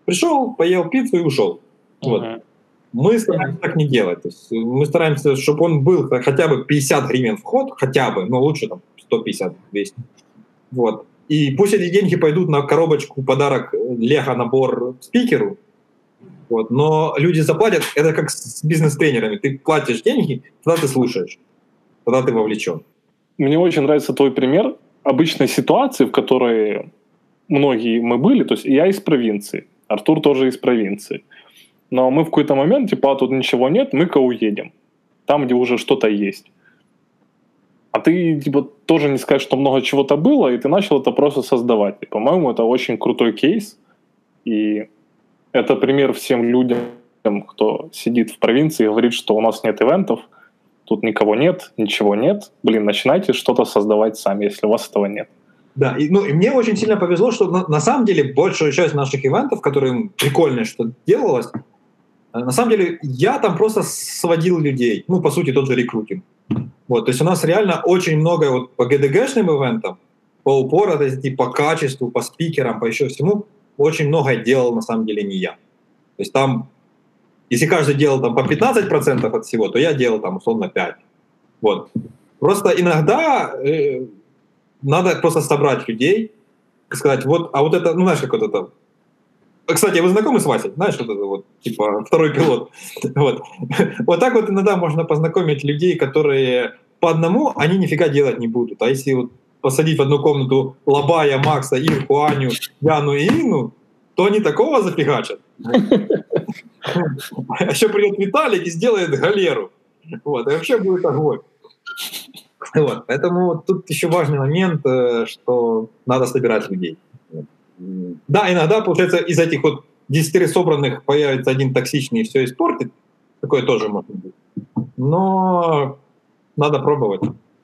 S2: пришел, поел пиццу и ушел. Uh-huh. Вот. Мы стараемся так не делать. То есть мы стараемся, чтобы он был хотя бы пятьдесят гривен вход, хотя бы, но лучше там сто пятьдесят — двести. Вот. И пусть эти деньги пойдут на коробочку, подарок, лего-набор спикеру, вот. Но люди заплатят, это как с бизнес-тренерами. Ты платишь деньги, тогда ты слушаешь, тогда ты вовлечен.
S1: Мне очень нравится твой пример обычной ситуации, в которой многие мы были. То есть я из провинции, Артур тоже из провинции. Но мы в какой-то момент, типа, тут ничего нет, мы-ка уедем. Там, где уже что-то есть. А ты, типа, тоже не скажешь, что много чего-то было, и ты начал это просто создавать. И, по-моему, это очень крутой кейс. И это пример всем людям, кто сидит в провинции и говорит, что у нас нет ивентов, тут никого нет, ничего нет. Блин, начинайте что-то создавать сами, если у вас этого нет.
S2: Да, и, ну, и мне очень сильно повезло, что на, на самом деле большая часть наших ивентов, которые прикольные, что делалось, на самом деле я там просто сводил людей. Ну, по сути, тот же рекрутинг. Вот, то есть у нас реально очень много вот по джи ди джи-шным ивентам, по упору, по качеству, по спикерам, по еще всему, очень много делал на самом деле не я. То есть там, если каждый делал там по пятнадцать процентов от всего, то я делал там условно пять процентов. Вот. Просто иногда э, надо просто собрать людей, сказать, вот, а вот это, ну знаешь, как вот это. Кстати, вы знакомы с Васей? Знаешь, вот это вот, типа, второй пилот. Вот. Вот так вот иногда можно познакомить людей, которые по одному, они нифига делать не будут. А если вот посадить в одну комнату Лобая, Макса, Ирку, Аню, Яну и Инну, то они такого зафигачат. А еще придет Виталик и сделает галеру. Вот. И вообще будет огонь. Вот. Поэтому тут еще важный момент, что надо собирать людей. Да, иногда, получается, из этих вот десяти собранных появится один токсичный и все испортит. Такое тоже может быть. Но надо пробовать.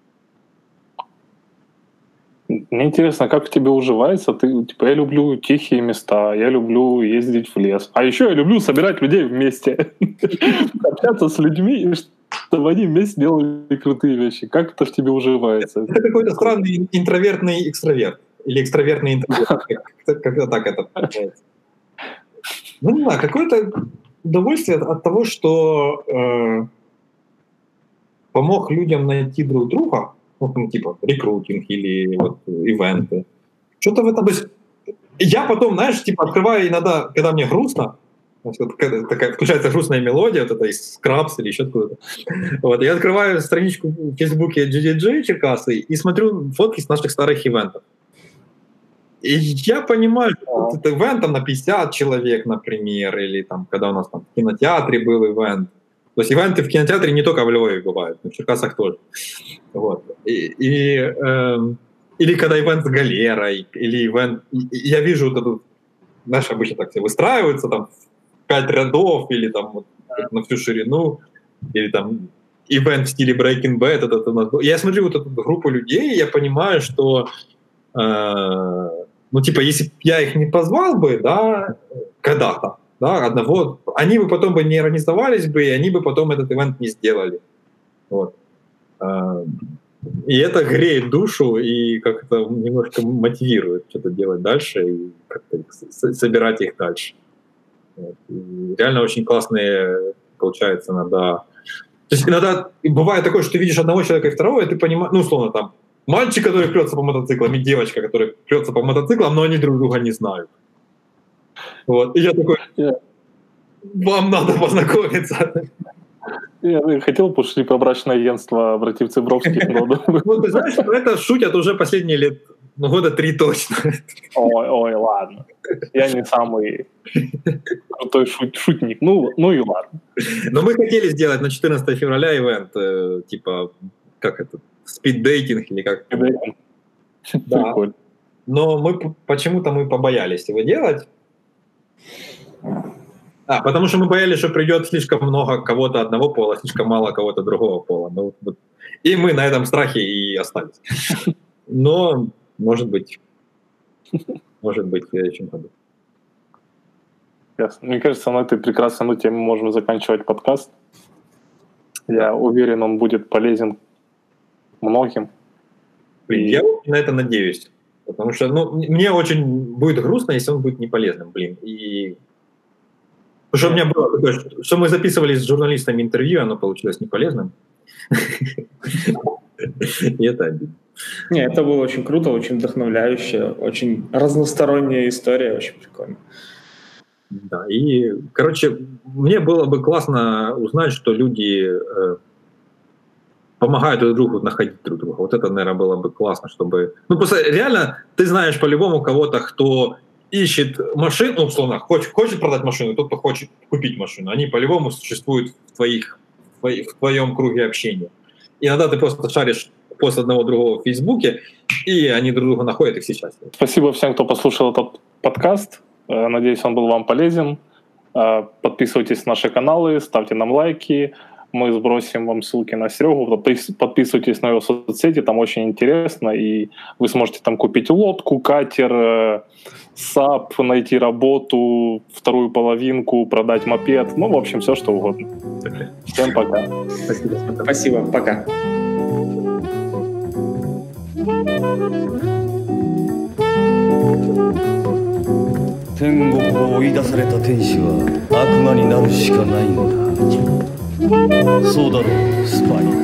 S1: Мне интересно, как в тебе уживается. Ты, типа, я люблю тихие места, я люблю ездить в лес. А еще я люблю собирать людей вместе. Общаться с людьми, чтобы они вместе делали крутые вещи. Как это в тебе уживается?
S2: Это какой-то странный интровертный экстраверт. Или экстравертный интроверт. Как-то так это получается. Ну, не знаю, какое-то удовольствие от того, что э, помог людям найти друг друга, ну, типа рекрутинг или вот ивенты. Что-то в этом... То есть я потом, знаешь, типа открываю иногда, когда мне грустно, такая включается грустная мелодия, вот это из Scrubs или еще откуда-то. Вот, я открываю страничку в Фейсбуке джи ди джей Черкасы и смотрю фотки с наших старых ивентов. И я понимаю, что это ивент там на пятьдесят человек, например, или там, когда у нас там в кинотеатре был ивент. То есть ивенты в кинотеатре не только в Львове бывают, но в Черкасах тоже. Вот. И, и, э, или когда ивент с галерой, или ивент... Я вижу вот эту... Знаешь, обычно так все выстраиваются, там, пять рядов, или там вот, на всю ширину, или там ивент в стиле Breaking Bad. Это, это, я смотрю вот эту группу людей, и я понимаю, что э, ну, типа, если бы я их не позвал бы, да, когда-то, да, одного, они бы потом бы не организовались бы, и они бы потом этот ивент не сделали. Вот. И это греет душу и как-то немножко мотивирует что-то делать дальше и как-то собирать их дальше. Вот. И реально очень классные, получается, иногда... То есть иногда бывает такое, что ты видишь одного человека и второго, и ты понимаешь, ну, условно, там, мальчик, который клётся по мотоциклам, и девочка, которая клётся по мотоциклам, но они друг друга не знают. Вот. И я такой, вам надо познакомиться.
S1: Я хотел пошли по брачное агентство братьев Цибровских, но...
S2: Ну, ты знаешь, это шутят уже последние лет, ну, года три точно.
S1: Ой, ой, ладно. Я не самый крутой шут, шутник. Ну, ну и ладно.
S2: Но мы хотели сделать на четырнадцатое февраля ивент, э, типа, как это, спиддейтинг или как?
S1: Спиддейтинг.
S2: Да.
S1: Прикольно.
S2: Но мы почему-то мы побоялись его делать. А, потому что мы боялись, что придет слишком много кого-то одного пола, слишком мало кого-то другого пола. Ну, вот. И мы на этом страхе и остались. Но, может быть, может быть, в следующем году.
S1: Ясно. Мне кажется, на этой прекрасной ноте мы можем заканчивать подкаст. Я уверен, он будет полезен многим.
S2: Блин,
S1: и...
S2: я на это надеюсь. Потому что ну, мне очень будет грустно, если он будет не полезным, блин. И Потому что у меня было такое, что мы записывали с журналистами интервью, оно получилось неполезным. И это обидно.
S3: Не, это было очень круто, очень вдохновляюще, очень разносторонняя история, очень прикольно.
S2: Да, и, короче, мне было бы классно узнать, что люди э, помогают друг другу находить друг друга. Вот это, наверное, было бы классно, чтобы... Ну, просто реально ты знаешь по-любому кого-то, кто ищет машину, ну, условно, хочет, хочет продать машину, тот, кто хочет купить машину. Они по-любому существуют в, твоих, в, твоих, в твоем круге общения. Иногда ты просто шаришь пост одного другого в Фейсбуке, и они друг друга находят, и все счастливы.
S1: Спасибо всем, кто послушал этот подкаст. Надеюсь, он был вам полезен. Подписывайтесь на наши каналы, ставьте нам лайки. Мы сбросим вам ссылки на Серегу. Подписывайтесь на его соцсети, там очень интересно. И вы сможете там купить лодку, катер, САП, найти работу, вторую половинку, продать мопед. Ну, в общем, все, что угодно. Всем пока.
S3: Спасибо. Спасибо. Пока.
S4: 天国を追い出された天使は悪魔になるしかないんだ。そうだろう、スパイ。